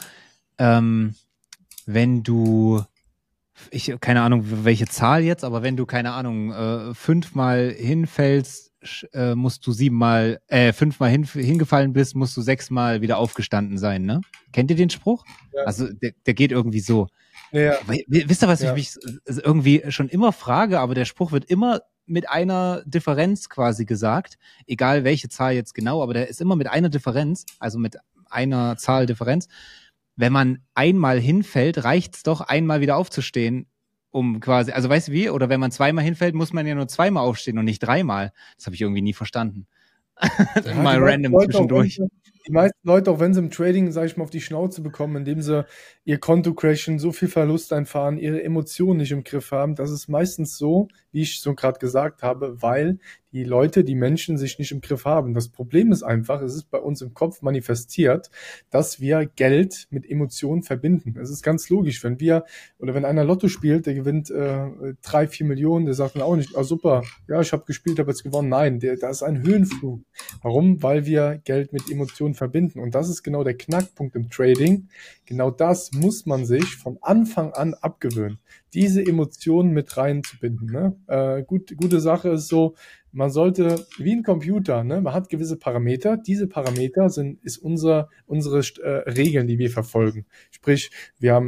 wenn du, keine Ahnung, welche Zahl jetzt, aber wenn du, keine Ahnung, 5-mal hinfällst, musst du 7-mal, 5-mal hingefallen bist, musst du 6-mal wieder aufgestanden sein, ne? Kennt ihr den Spruch? Ja. Also der geht irgendwie so. Ja. Wisst ihr, was ich mich irgendwie schon immer frage, aber der Spruch wird immer mit einer Differenz quasi gesagt, egal welche Zahl jetzt genau, aber der ist immer mit einer Differenz, also mit einer Zahl Differenz. Wenn man einmal hinfällt, reicht's doch, einmal wieder aufzustehen, um quasi, also weißt du wie? Oder wenn man 2-mal hinfällt, muss man ja nur 2-mal aufstehen und nicht 3-mal. Das habe ich irgendwie nie verstanden. Ja, mal random zwischendurch. Die meisten Leute, auch wenn sie im Trading, sag ich mal, auf die Schnauze bekommen, indem sie ihr Konto crashen, so viel Verlust einfahren, ihre Emotionen nicht im Griff haben, das ist meistens so, wie ich so gerade gesagt habe, weil die Menschen sich nicht im Griff haben. Das Problem ist einfach, es ist bei uns im Kopf manifestiert, dass wir Geld mit Emotionen verbinden. Es ist ganz logisch, wenn einer Lotto spielt, der gewinnt 3-4 Millionen, der sagt dann auch nicht, super, ja, ich habe gespielt, habe jetzt gewonnen. Nein, da ist ein Höhenflug. Warum? Weil wir Geld mit Emotionen verbinden. Und das ist genau der Knackpunkt im Trading. Genau das muss man sich von Anfang an abgewöhnen, diese Emotionen mit reinzubinden. Ne? Gute Sache ist so, man sollte, wie ein Computer, ne, man hat gewisse Parameter. Diese Parameter sind unsere Regeln, die wir verfolgen. Sprich, wir haben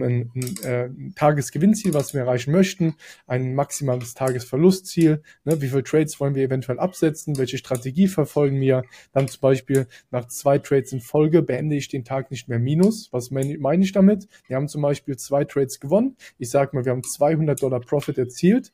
ein Tagesgewinnziel, was wir erreichen möchten, ein maximales Tagesverlustziel, ne, wie viele Trades wollen wir eventuell absetzen, welche Strategie verfolgen wir. Dann zum Beispiel nach 2 Trades in Folge beende ich den Tag nicht mehr minus. Was meine ich damit? Wir haben zum Beispiel 2 Trades gewonnen. Ich sage mal, wir haben $200 Profit erzielt.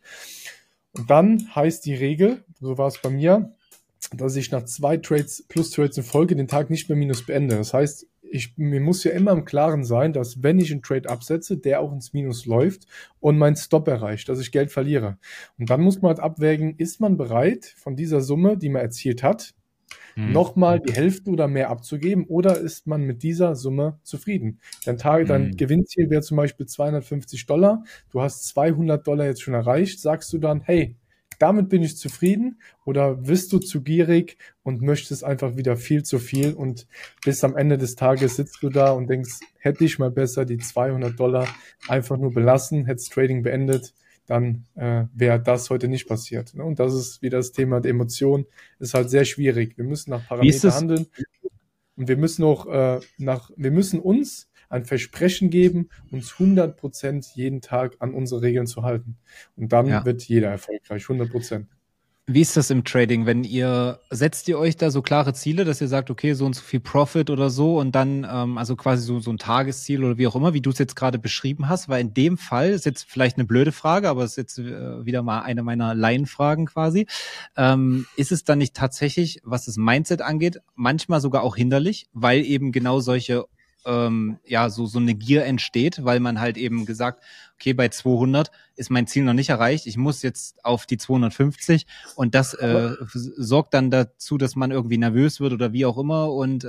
Und dann heißt die Regel, so war es bei mir, dass ich nach 2 Trades plus Trades in Folge den Tag nicht mehr minus beende. Das heißt, mir muss ja immer im Klaren sein, dass wenn ich einen Trade absetze, der auch ins Minus läuft und mein Stop erreicht, dass ich Geld verliere. Und dann muss man halt abwägen, ist man bereit, von dieser Summe, die man erzielt hat, nochmal die Hälfte oder mehr abzugeben, oder ist man mit dieser Summe zufrieden? Dein Gewinnziel wäre zum Beispiel $250, du hast $200 jetzt schon erreicht, sagst du dann, hey, damit bin ich zufrieden, oder bist du zu gierig und möchtest einfach wieder viel zu viel und bis am Ende des Tages sitzt du da und denkst, hätte ich mal besser die $200 einfach nur belassen, hätte das Trading beendet, dann wäre das heute nicht passiert. Ne? Und das ist wieder das Thema der Emotion, ist halt sehr schwierig. Wir müssen nach Parametern handeln und wir müssen auch wir müssen uns ein Versprechen geben, uns 100% jeden Tag an unsere Regeln zu halten. Und dann wird jeder erfolgreich, 100%. Wie ist das im Trading, setzt ihr euch da so klare Ziele, dass ihr sagt, okay, so und so viel Profit oder so und dann, also quasi so ein Tagesziel oder wie auch immer, wie du es jetzt gerade beschrieben hast, weil in dem Fall, ist jetzt vielleicht eine blöde Frage, aber ist jetzt wieder mal eine meiner Laienfragen quasi, ist es dann nicht tatsächlich, was das Mindset angeht, manchmal sogar auch hinderlich, weil eben genau solche so eine Gier entsteht, weil man halt eben gesagt, okay, bei 200 ist mein Ziel noch nicht erreicht, ich muss jetzt auf die 250 und das sorgt dann dazu, dass man irgendwie nervös wird oder wie auch immer und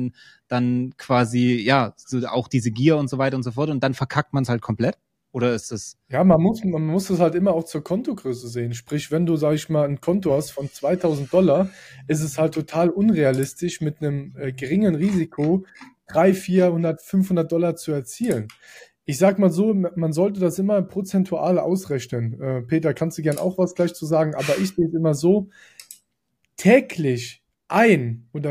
dann quasi, so auch diese Gier und so weiter und so fort und dann verkackt man es halt komplett? Oder ist das? Ja, man muss das halt immer auch zur Kontogröße sehen. Sprich, wenn du, sag ich mal, ein Konto hast von $2.000, ist es halt total unrealistisch, mit einem geringen Risiko 300, 400, $500 zu erzielen. Ich sag mal so, man sollte das immer prozentual ausrechnen. Peter, kannst du gern auch was gleich zu sagen, aber ich sehe es immer so, täglich 1 oder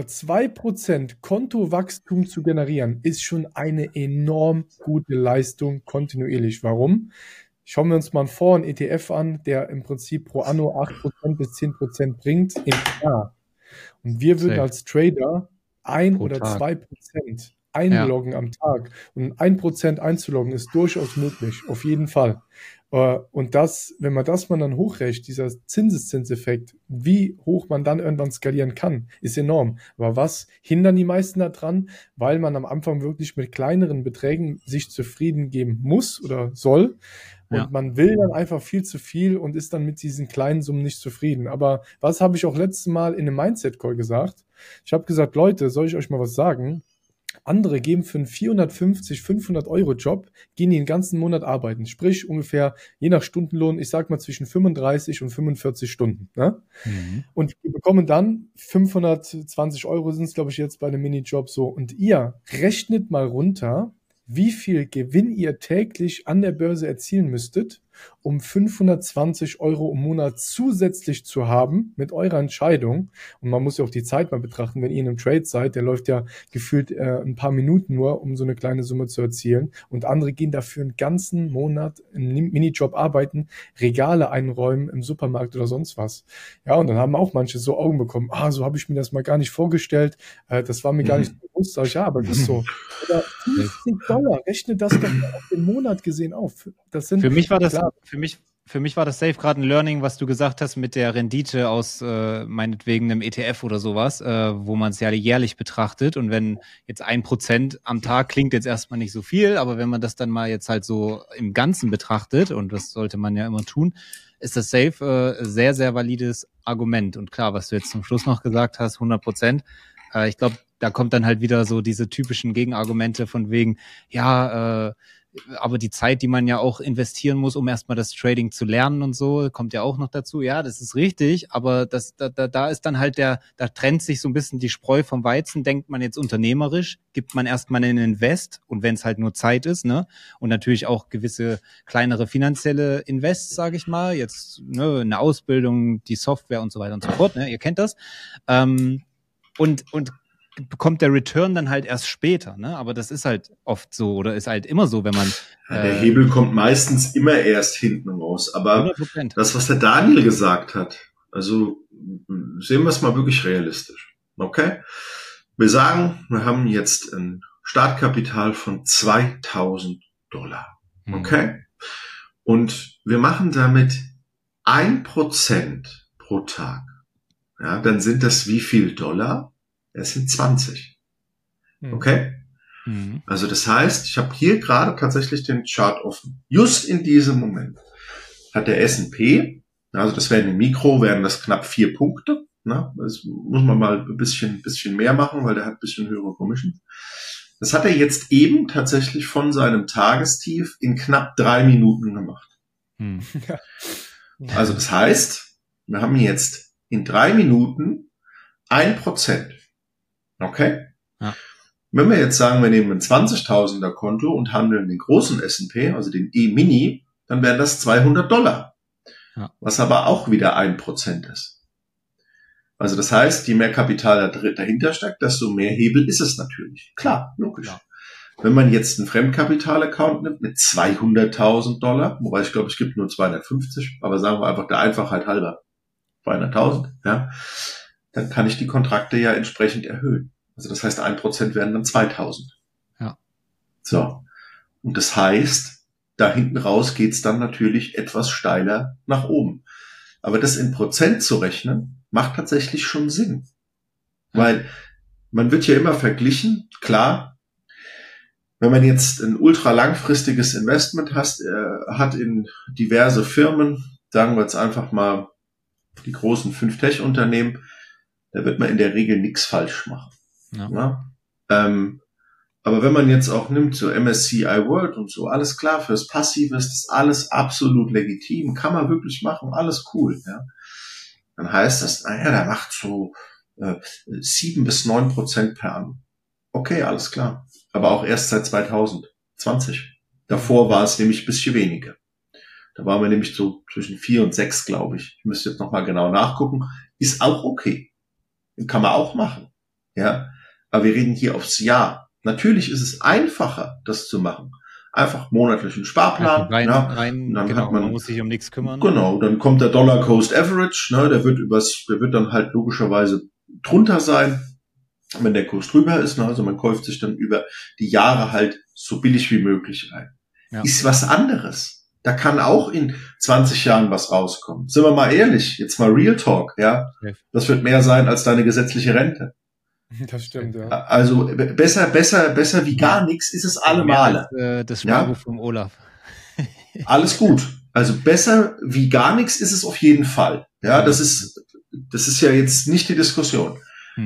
2% Kontowachstum zu generieren, ist schon eine enorm gute Leistung kontinuierlich. Warum? Schauen wir uns mal einen Fonds, einen ETF an, der im Prinzip pro Anno 8% bis 10% bringt im Jahr. Und wir würden als Trader 1 oder 2% einloggen am Tag. Und 1% einzuloggen ist durchaus möglich, auf jeden Fall. Und das, wenn man das mal dann hochrechnet, dieser Zinseszinseffekt, wie hoch man dann irgendwann skalieren kann, ist enorm. Aber was hindern die meisten daran? Weil man am Anfang wirklich mit kleineren Beträgen sich zufrieden geben muss oder soll. Und man will dann einfach viel zu viel und ist dann mit diesen kleinen Summen nicht zufrieden. Aber was habe ich auch letztes Mal in einem Mindset-Call gesagt? Ich habe gesagt, Leute, soll ich euch mal was sagen? Andere geben für einen 450, 500 Euro Job, gehen den ganzen Monat arbeiten. Sprich ungefähr, je nach Stundenlohn, ich sag mal zwischen 35 und 45 Stunden. Ne? Und wir bekommen dann 520 Euro sind es, glaube ich, jetzt bei einem Minijob so. Und ihr rechnet mal runter, wie viel Gewinn ihr täglich an der Börse erzielen müsstet, um 520 Euro im Monat zusätzlich zu haben mit eurer Entscheidung. Und man muss ja auch die Zeit mal betrachten, wenn ihr in einem Trade seid, der läuft ja gefühlt ein paar Minuten nur, um so eine kleine Summe zu erzielen. Und andere gehen dafür einen ganzen Monat im Minijob arbeiten, Regale einräumen im Supermarkt oder sonst was. Ja, und dann haben auch manche so Augen bekommen, so habe ich mir das mal gar nicht vorgestellt, das war mir gar nicht bewusst. Sag ich, ja, aber das ist so. Oder $50, rechne das doch mal auf den Monat gesehen auf. Das sind, für mich war das, klar, für mich war das safe gerade ein Learning, was du gesagt hast mit der Rendite aus meinetwegen einem ETF oder sowas, wo man es ja jährlich betrachtet. Und wenn jetzt 1% am Tag klingt jetzt erstmal nicht so viel, aber wenn man das dann mal jetzt halt so im Ganzen betrachtet, und das sollte man ja immer tun, ist das safe sehr, sehr valides Argument. Und klar, was du jetzt zum Schluss noch gesagt hast, 100%. Ich glaube, da kommt dann halt wieder so diese typischen Gegenargumente von wegen, aber die Zeit, die man ja auch investieren muss, um erstmal das Trading zu lernen und so, kommt ja auch noch dazu. Ja, das ist richtig, aber da ist dann halt da trennt sich so ein bisschen die Spreu vom Weizen. Denkt man jetzt unternehmerisch, gibt man erstmal einen Invest, und wenn es halt nur Zeit ist, ne, und natürlich auch gewisse kleinere finanzielle Invests, sage ich mal, jetzt eine Ausbildung, die Software und so weiter und so fort, ne, ihr kennt das. Und bekommt der Return dann halt erst später, ne? Aber das ist halt oft so oder ist halt immer so, wenn man... der Hebel kommt meistens immer erst hinten raus. Aber 100%. Das, was der Daniel gesagt hat, also sehen wir es mal wirklich realistisch. Okay? Wir sagen, wir haben jetzt ein Startkapital von $2.000. Okay? Und wir machen damit 1% pro Tag. Ja, dann sind das wie viel Dollar? Es sind 20. Okay? Also das heißt, ich habe hier gerade tatsächlich den Chart offen. Just in diesem Moment hat der S&P, also das wären im Mikro, wären das knapp 4 Punkte. Ne? Das muss man mal ein bisschen mehr machen, weil der hat ein bisschen höhere Commission. Das hat er jetzt eben tatsächlich von seinem Tagestief in knapp 3 Minuten gemacht. Also das heißt, wir haben jetzt in 3 Minuten 1%. Okay? Ja. Wenn wir jetzt sagen, wir nehmen ein 20.000er Konto und handeln den großen S&P, also den E-Mini, dann wären das $200. Ja. Was aber auch wieder 1% ist. Also das heißt, je mehr Kapital dahinter steckt, desto mehr Hebel ist es natürlich. Klar, logisch. Ja. Wenn man jetzt einen Fremdkapital-Account nimmt mit $200.000, wobei ich glaube, es gibt nur 250, aber sagen wir einfach der Einfachheit halber 200.000, ja, dann kann ich die Kontrakte ja entsprechend erhöhen. Also das heißt, 1% werden dann 2.000. Ja. So. Und das heißt, da hinten raus geht's dann natürlich etwas steiler nach oben. Aber das in Prozent zu rechnen, macht tatsächlich schon Sinn. Weil man wird ja immer verglichen, klar, wenn man jetzt ein ultra langfristiges Investment hat in diverse Firmen, sagen wir jetzt einfach mal die großen 5 Tech-Unternehmen, da wird man in der Regel nichts falsch machen. Ja. Aber wenn man jetzt auch nimmt, so MSCI World und so, alles klar, fürs Passive ist das alles absolut legitim, kann man wirklich machen, alles cool. Ja. Dann heißt das, der macht so 7-9% per Annum. Okay, alles klar. Aber auch erst seit 2020. Davor war es nämlich ein bisschen weniger. Da waren wir nämlich so zwischen 4 und 6, glaube ich. Ich müsste jetzt nochmal genau nachgucken. Ist auch okay. Kann man auch machen. Ja. Aber wir reden hier aufs Jahr. Natürlich ist es einfacher, das zu machen. Einfach monatlichen Sparplan. Dann genau, man muss sich um nichts kümmern. Genau, dann kommt der Dollar Cost Average, ne, der wird dann halt logischerweise drunter sein, wenn der Kurs drüber ist. Ne, also man kauft sich dann über die Jahre halt so billig wie möglich ein. Ja. Ist was anderes. Da kann auch in 20 Jahren was rauskommen. Sind wir mal ehrlich, jetzt mal Real Talk, ja. Das wird mehr sein als deine gesetzliche Rente. Das stimmt, ja. Also besser wie gar nichts ist es allemal. Das Sparbuch vom Olaf. Alles gut. Also besser wie gar nichts ist es auf jeden Fall. Ja, das ist ja jetzt nicht die Diskussion.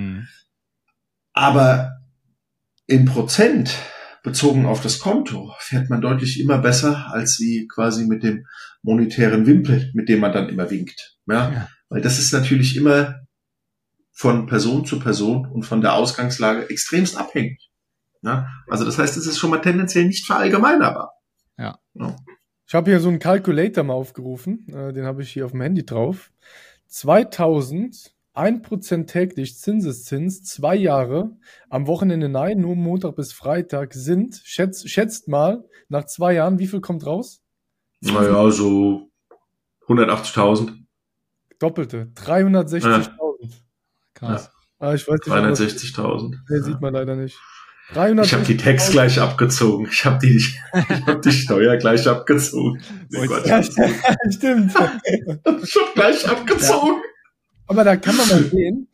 Aber in Prozent bezogen auf das Konto fährt man deutlich immer besser als wie quasi mit dem monetären Wimpel, mit dem man dann immer winkt. Ja. Weil das ist natürlich immer von Person zu Person und von der Ausgangslage extremst abhängig. Ja? Also das heißt, es ist schon mal tendenziell nicht verallgemeinerbar. Ja. Ich habe hier so einen Calculator mal aufgerufen, den habe ich hier auf dem Handy drauf. 2000, 1% täglich Zinseszins, 2 Jahre, am Wochenende nein, nur Montag bis Freitag sind, schätzt mal, nach 2 Jahren, wie viel kommt raus? Naja, so 180.000. Doppelte, 360.000. Krass. Ich weiß nicht, 360.000. Nee, sieht man leider nicht. Ich habe die Tax gleich abgezogen. Ich habe die Steuer gleich abgezogen. Ja, stimmt. Schon gleich abgezogen. Ja. Aber da kann man mal sehen,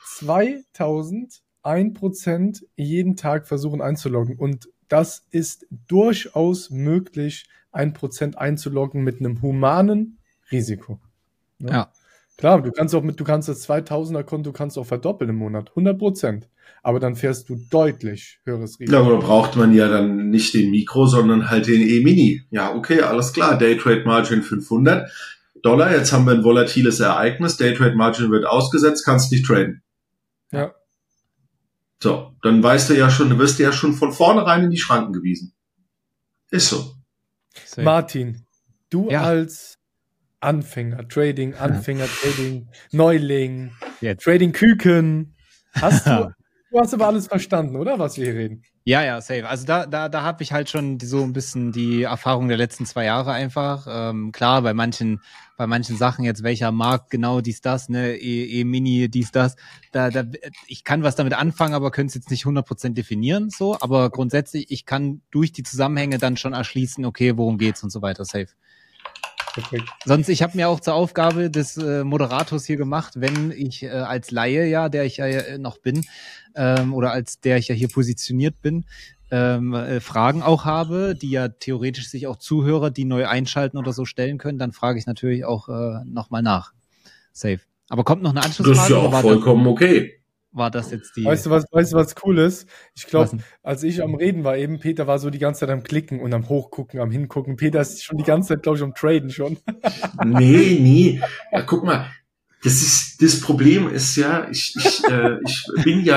2001% jeden Tag versuchen einzuloggen. Und das ist durchaus möglich, 1% einzuloggen mit einem humanen Risiko. Ne? Ja. Klar, du kannst das 2000er-Konto kannst auch verdoppeln im Monat, 100%. Aber dann fährst du deutlich höheres Risiko. Ja, aber da braucht man ja dann nicht den Mikro, sondern halt den E-Mini. Ja, okay, alles klar. Daytrade Margin $500. Jetzt haben wir ein volatiles Ereignis. Daytrade Margin wird ausgesetzt, kannst nicht traden. Ja. So, dann wirst du ja schon von vornherein in die Schranken gewiesen. Ist so. Martin, du als Anfänger, Trading, Neuling, Trading-Küken. Du hast aber alles verstanden, oder? Was wir hier reden. Ja, safe. Also da habe ich halt schon so ein bisschen die Erfahrung der letzten 2 Jahre einfach. Klar, bei manchen Sachen jetzt, welcher Markt genau das, ne, E-Mini, das, ich kann was damit anfangen, aber könnte es jetzt nicht 100% definieren, so. Aber grundsätzlich, ich kann durch die Zusammenhänge dann schon erschließen, okay, worum geht's und so weiter, safe. Perfekt. Sonst, ich habe mir auch zur Aufgabe des Moderators hier gemacht, wenn ich als Laie, der ich ja noch bin, oder als der ich ja hier positioniert bin, Fragen auch habe, die ja theoretisch sich auch Zuhörer, die neu einschalten oder so stellen können, dann frage ich natürlich auch nochmal nach. Safe. Aber kommt noch eine Anschlussfrage? Das ist ja auch vollkommen okay. War das jetzt die... Weißt du, was cool ist? Ich glaube, als ich am Reden war eben, Peter war so die ganze Zeit am Klicken und am Hochgucken, am Hingucken. Jean ist schon die ganze Zeit, glaube ich, am Traden schon. Nee. Ja, guck mal, das Problem ist ja, ich bin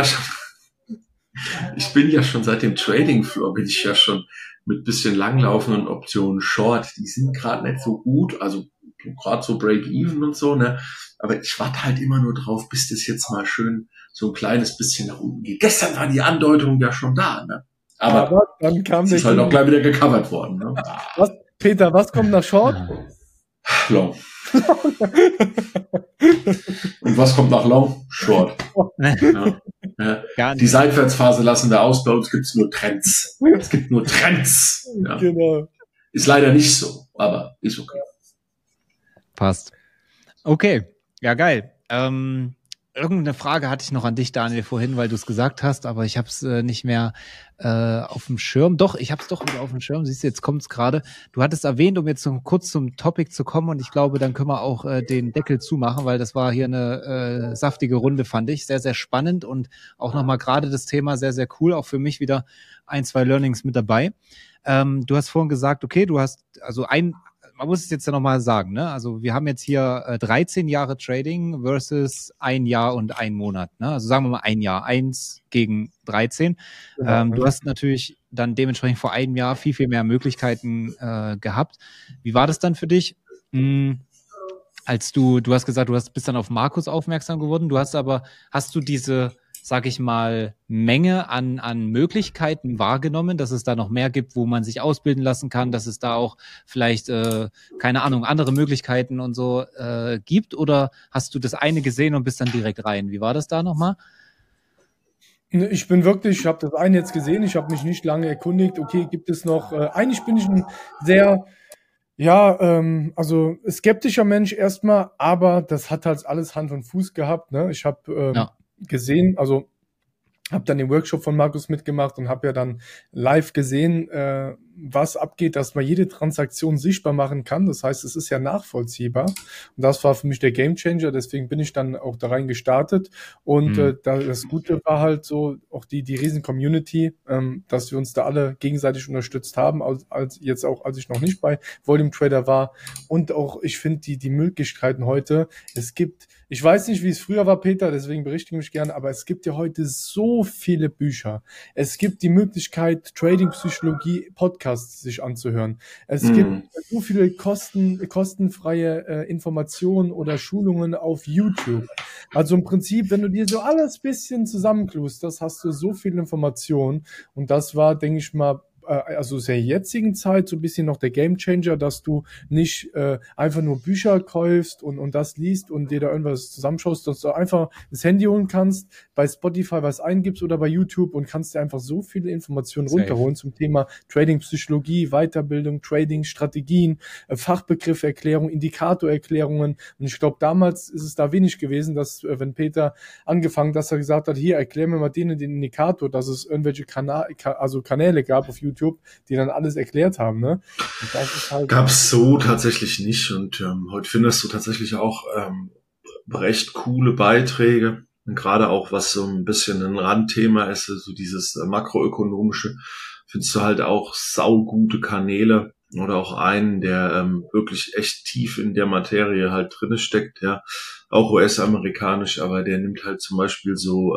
ja schon seit dem Trading Floor, bin ich ja schon mit bisschen langlaufenden Optionen Short. Die sind gerade nicht so gut, also gerade so Break-Even und so, ne? Aber ich warte halt immer nur drauf, bis das jetzt mal schön so ein kleines bisschen nach unten geht. Gestern war die Andeutung ja schon da, ne? Aber dann kam es ist halt auch gleich wieder gecovert worden, ne? Peter, was kommt nach Short? Long. Und was kommt nach Long? Short. Ja. Die Seitwärtsphase lassen wir aus, bei uns gibt's nur Trends. Es gibt nur Trends. Ja. Genau. Ist leider nicht so, aber ist okay. Passt. Okay, ja geil. Irgendeine Frage hatte ich noch an dich, Daniel, vorhin, weil du es gesagt hast, aber ich habe es nicht mehr auf dem Schirm. Doch, ich habe es doch wieder auf dem Schirm. Siehst du, jetzt kommt es gerade. Du hattest erwähnt, um jetzt kurz zum Topic zu kommen, und ich glaube, dann können wir auch den Deckel zumachen, weil das war hier eine saftige Runde, fand ich. Sehr, sehr spannend und auch nochmal gerade das Thema sehr, sehr cool. Auch für mich wieder 1, 2 Learnings mit dabei. Du hast vorhin gesagt, okay, du hast also man muss es jetzt ja nochmal sagen, ne? Also wir haben jetzt hier 13 Jahre Trading versus 1 Jahr und 1 Monat, ne? Also sagen wir mal 1 Jahr, 1 gegen 13. Du hast natürlich dann dementsprechend vor einem Jahr viel, viel mehr Möglichkeiten gehabt. Wie war das dann für dich? als du hast gesagt, bist dann auf Markus aufmerksam geworden, hast du diese, sag ich mal, Menge an Möglichkeiten wahrgenommen, dass es da noch mehr gibt, wo man sich ausbilden lassen kann, dass es da auch vielleicht, keine Ahnung, andere Möglichkeiten und so gibt, oder hast du das eine gesehen und bist dann direkt rein? Wie war das da nochmal? Ich habe das eine jetzt gesehen, ich habe mich nicht lange erkundigt, okay, gibt es noch, eigentlich bin ich ein sehr, also skeptischer Mensch erstmal, aber das hat halt alles Hand und Fuß gehabt, ne? Ich habe gesehen, also habe dann den Workshop von Markus mitgemacht und habe ja dann live gesehen, was abgeht, dass man jede Transaktion sichtbar machen kann. Das heißt, es ist ja nachvollziehbar. Und das war für mich der Gamechanger. Deswegen bin ich dann auch da rein gestartet. Und das Gute war halt so, auch die riesen Community, dass wir uns da alle gegenseitig unterstützt haben, als ich noch nicht bei Volume Trader war. Und auch, ich finde die Möglichkeiten heute, ich weiß nicht, wie es früher war, Peter, deswegen berichtige mich gerne, aber es gibt ja heute so viele Bücher. Es gibt die Möglichkeit, Trading-Psychologie, Podcasts sich anzuhören. Es gibt so viele kostenfreie Informationen oder Schulungen auf YouTube. Also im Prinzip, wenn du dir so alles bisschen zusammenklusterst, hast du so viele Informationen. Und das war, denke ich mal, also der jetzigen Zeit so ein bisschen noch der Gamechanger, dass du nicht einfach nur Bücher kaufst und das liest und dir da irgendwas zusammenschaust, dass du einfach das Handy holen kannst, bei Spotify was eingibst oder bei YouTube und kannst dir einfach so viele Informationen runterholen zum Thema Trading, Psychologie, Weiterbildung, Trading, Strategien, Fachbegrifferklärung, Indikatorerklärungen. Und ich glaube, damals ist es da wenig gewesen, dass, wenn Peter angefangen, dass er gesagt hat, hier, erklär mir mal den Indikator, dass es irgendwelche Kanäle gab auf YouTube, die dann alles erklärt haben, ne? Und das ist halt gab's so tatsächlich nicht, und heute findest du tatsächlich auch recht coole Beiträge, und gerade auch was so ein bisschen ein Randthema ist, so dieses makroökonomische, findest du halt auch saugute Kanäle oder auch einen, der wirklich echt tief in der Materie halt drinne steckt, ja, auch US-amerikanisch, aber der nimmt halt zum Beispiel so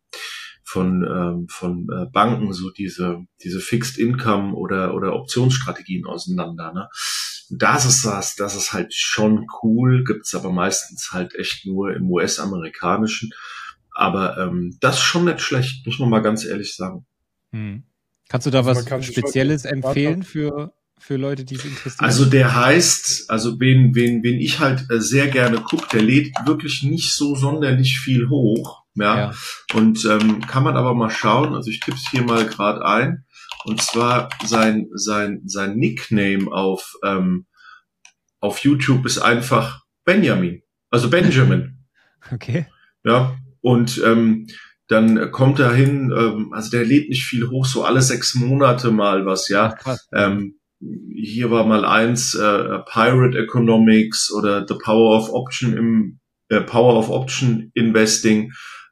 von Banken so diese Fixed Income oder Optionsstrategien auseinander, ne? Das ist halt schon cool, gibt's aber meistens halt echt nur im US-amerikanischen. Aber das ist schon nicht schlecht, muss man mal ganz ehrlich sagen. Kannst du da was Spezielles empfehlen für Leute, die es interessieren? Also der heißt, also wen ich halt sehr gerne gucke, der lädt wirklich nicht so sonderlich viel hoch. Ja. Und kann man aber mal schauen, also ich tippe es hier mal gerade ein, und zwar sein Nickname auf YouTube ist einfach Benjamin, also Benjamin. Okay. Ja, und dann kommt er hin, also der lädt nicht viel hoch, so alle 6 Monate mal was, ja. Krass. Hier war mal eins, Pirate Economics oder The Power of Option Investing,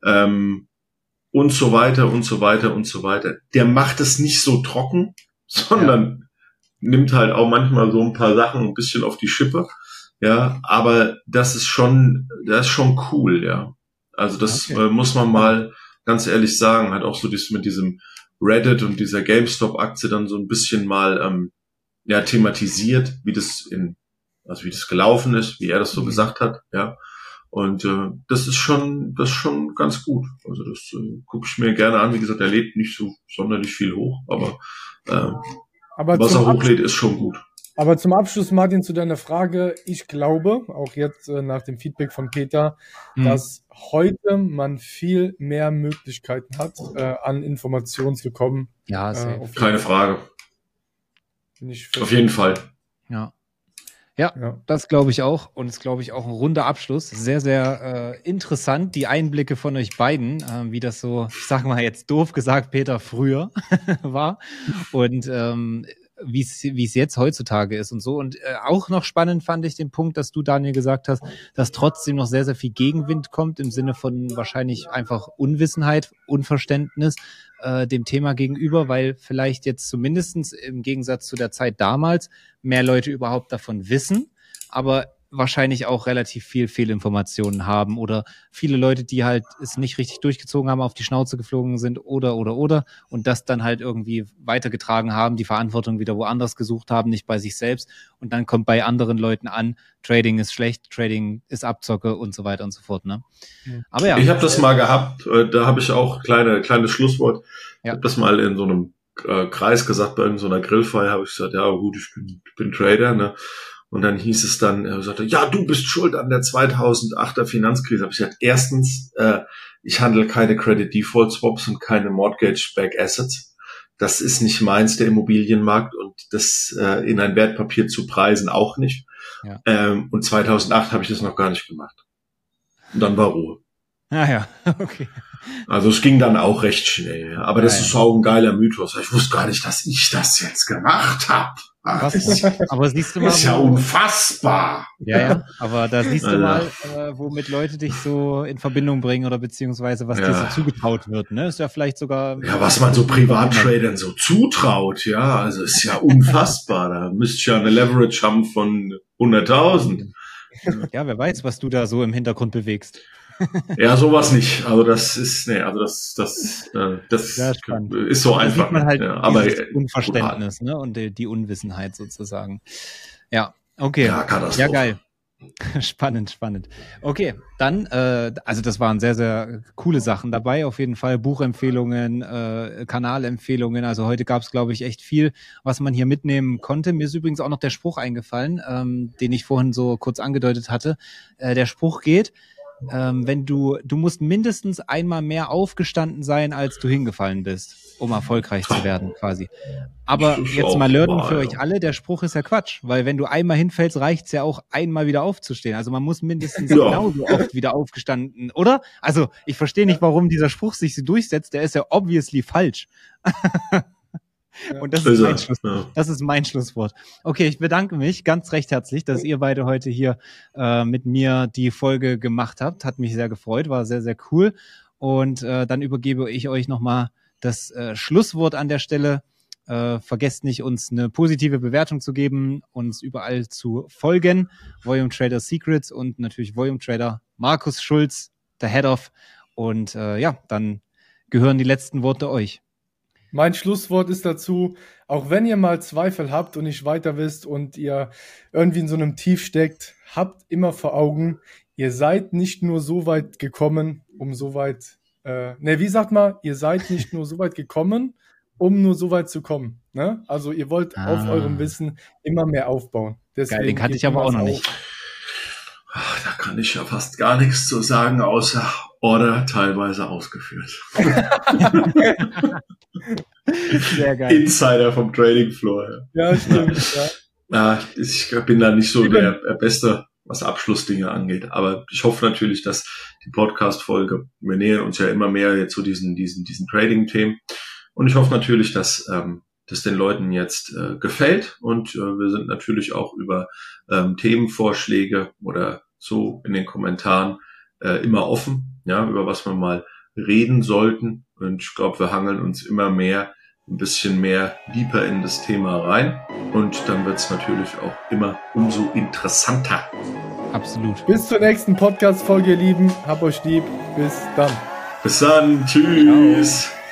und so weiter und so weiter und so weiter. Der macht es nicht so trocken, sondern nimmt halt auch manchmal so ein paar Sachen ein bisschen auf die Schippe. Ja, aber das ist schon cool, ja. Also das muss man mal ganz ehrlich sagen, hat auch so mit diesem Reddit und dieser GameStop-Aktie dann so ein bisschen mal thematisiert, wie das gelaufen ist, wie er das so gesagt hat, ja. Und das ist schon ganz gut. Also das gucke ich mir gerne an. Wie gesagt, er lädt nicht so sonderlich viel hoch, aber was er hochlädt, ist schon gut. Aber zum Abschluss, Martin, zu deiner Frage. Ich glaube, auch jetzt nach dem Feedback von Peter, dass heute man viel mehr Möglichkeiten hat, an Informationen zu kommen. Ja, keine Frage. Auf jeden Fall. Ja, das glaube ich auch. Und es glaube ich auch ein runder Abschluss. Sehr, sehr interessant, die Einblicke von euch beiden, wie das so, ich sag mal jetzt doof gesagt, Peter, früher war. Und wie es jetzt heutzutage ist und so. Und auch noch spannend fand ich den Punkt, dass du, Daniel, gesagt hast, dass trotzdem noch sehr, sehr viel Gegenwind kommt, im Sinne von wahrscheinlich einfach Unwissenheit, Unverständnis dem Thema gegenüber, weil vielleicht jetzt zumindest im Gegensatz zu der Zeit damals mehr Leute überhaupt davon wissen, aber wahrscheinlich auch relativ viel Fehlinformationen haben oder viele Leute, die halt es nicht richtig durchgezogen haben, auf die Schnauze geflogen sind oder und das dann halt irgendwie weitergetragen haben, die Verantwortung wieder woanders gesucht haben, nicht bei sich selbst und dann kommt bei anderen Leuten an, Trading ist schlecht, Trading ist Abzocke und so weiter und so fort, ne? Aber ja. Ich habe das mal gehabt, da habe ich auch kleines Schlusswort, ich habe das mal in so einem Kreis gesagt, bei irgendeiner Grillfeier habe ich gesagt, ja gut, ich bin Trader, ne? Und dann hieß es dann, er sagte, ja, du bist schuld an der 2008er Finanzkrise. Habe ich gesagt, erstens, ich handle keine Credit Default Swaps und keine Mortgage-Backed Assets. Das ist nicht meins, der Immobilienmarkt, und das in ein Wertpapier zu preisen auch nicht. Ja. Und 2008 habe ich das noch gar nicht gemacht. Und dann war Ruhe. Ah ja, okay. Also es ging dann auch recht schnell. Aber das ist auch ein geiler Mythos. Ich wusste gar nicht, dass ich das jetzt gemacht habe. Aber siehst du mal, ist ja unfassbar. Ja, aber da siehst du mal, womit Leute dich so in Verbindung bringen oder beziehungsweise was dir so zugetraut wird, ne? Ist ja vielleicht sogar... Ja, was man so Privattradern so zutraut, ja, also ist ja unfassbar. Da müsste ich ja eine Leverage haben von 100.000. Ja, wer weiß, was du da so im Hintergrund bewegst. Ja, sowas nicht. Also das ist, das ist so einfach. Sieht man halt aber Unverständnis, ne, und die Unwissenheit sozusagen. Ja, okay. Ja, Katastrophe. Ja, geil. Spannend. Okay, dann, also das waren sehr, sehr coole Sachen dabei, auf jeden Fall. Buchempfehlungen, Kanalempfehlungen. Also heute gab es, glaube ich, echt viel, was man hier mitnehmen konnte. Mir ist übrigens auch noch der Spruch eingefallen, den ich vorhin so kurz angedeutet hatte. Der Spruch geht, wenn du musst mindestens einmal mehr aufgestanden sein, als du hingefallen bist, um erfolgreich zu werden, quasi. Aber jetzt mal Learning für euch alle, der Spruch ist ja Quatsch, weil wenn du einmal hinfällst, reicht's ja auch einmal wieder aufzustehen. Also man muss mindestens genauso oft wieder aufgestanden, oder? Also ich verstehe nicht, warum dieser Spruch sich so durchsetzt, der ist ja obviously falsch. Und das ist mein Schlusswort. Das ist mein Schlusswort. Okay, ich bedanke mich ganz recht herzlich, dass ihr beide heute hier mit mir die Folge gemacht habt. Hat mich sehr gefreut, war sehr, sehr cool. Und dann übergebe ich euch nochmal das Schlusswort an der Stelle. Vergesst nicht, uns eine positive Bewertung zu geben, uns überall zu folgen. Volume Trader Secrets und natürlich Volume Trader Markus Schulz, der Head of. Und dann gehören die letzten Worte euch. Mein Schlusswort ist dazu, auch wenn ihr mal Zweifel habt und nicht weiter wisst und ihr irgendwie in so einem Tief steckt, habt immer vor Augen, ihr seid nicht nur so weit gekommen, um so weit, ihr seid nicht nur so weit gekommen, um nur so weit zu kommen. Ne? Also ihr wollt auf eurem Wissen immer mehr aufbauen. Deswegen geil, den kannte ich aber auch noch nicht. Ach, da kann ich ja fast gar nichts zu sagen, außer Order teilweise ausgeführt. Sehr geil. Insider vom Trading Floor. Ja, stimmt. Ja, ich bin da nicht so der Beste, was Abschlussdinge angeht. Aber ich hoffe natürlich, dass die Podcast-Folge, wir nähern uns ja immer mehr jetzt zu diesen Trading-Themen. Und ich hoffe natürlich, dass den Leuten jetzt gefällt. Und wir sind natürlich auch über Themenvorschläge oder so in den Kommentaren immer offen, ja, über was wir mal reden sollten. Und ich glaube, wir hangeln uns immer mehr, ein bisschen mehr deeper in das Thema rein. Und dann wird es natürlich auch immer umso interessanter. Absolut. Bis zur nächsten Podcast-Folge, ihr Lieben. Hab euch lieb. Bis dann. Bis dann. Tschüss. Ciao.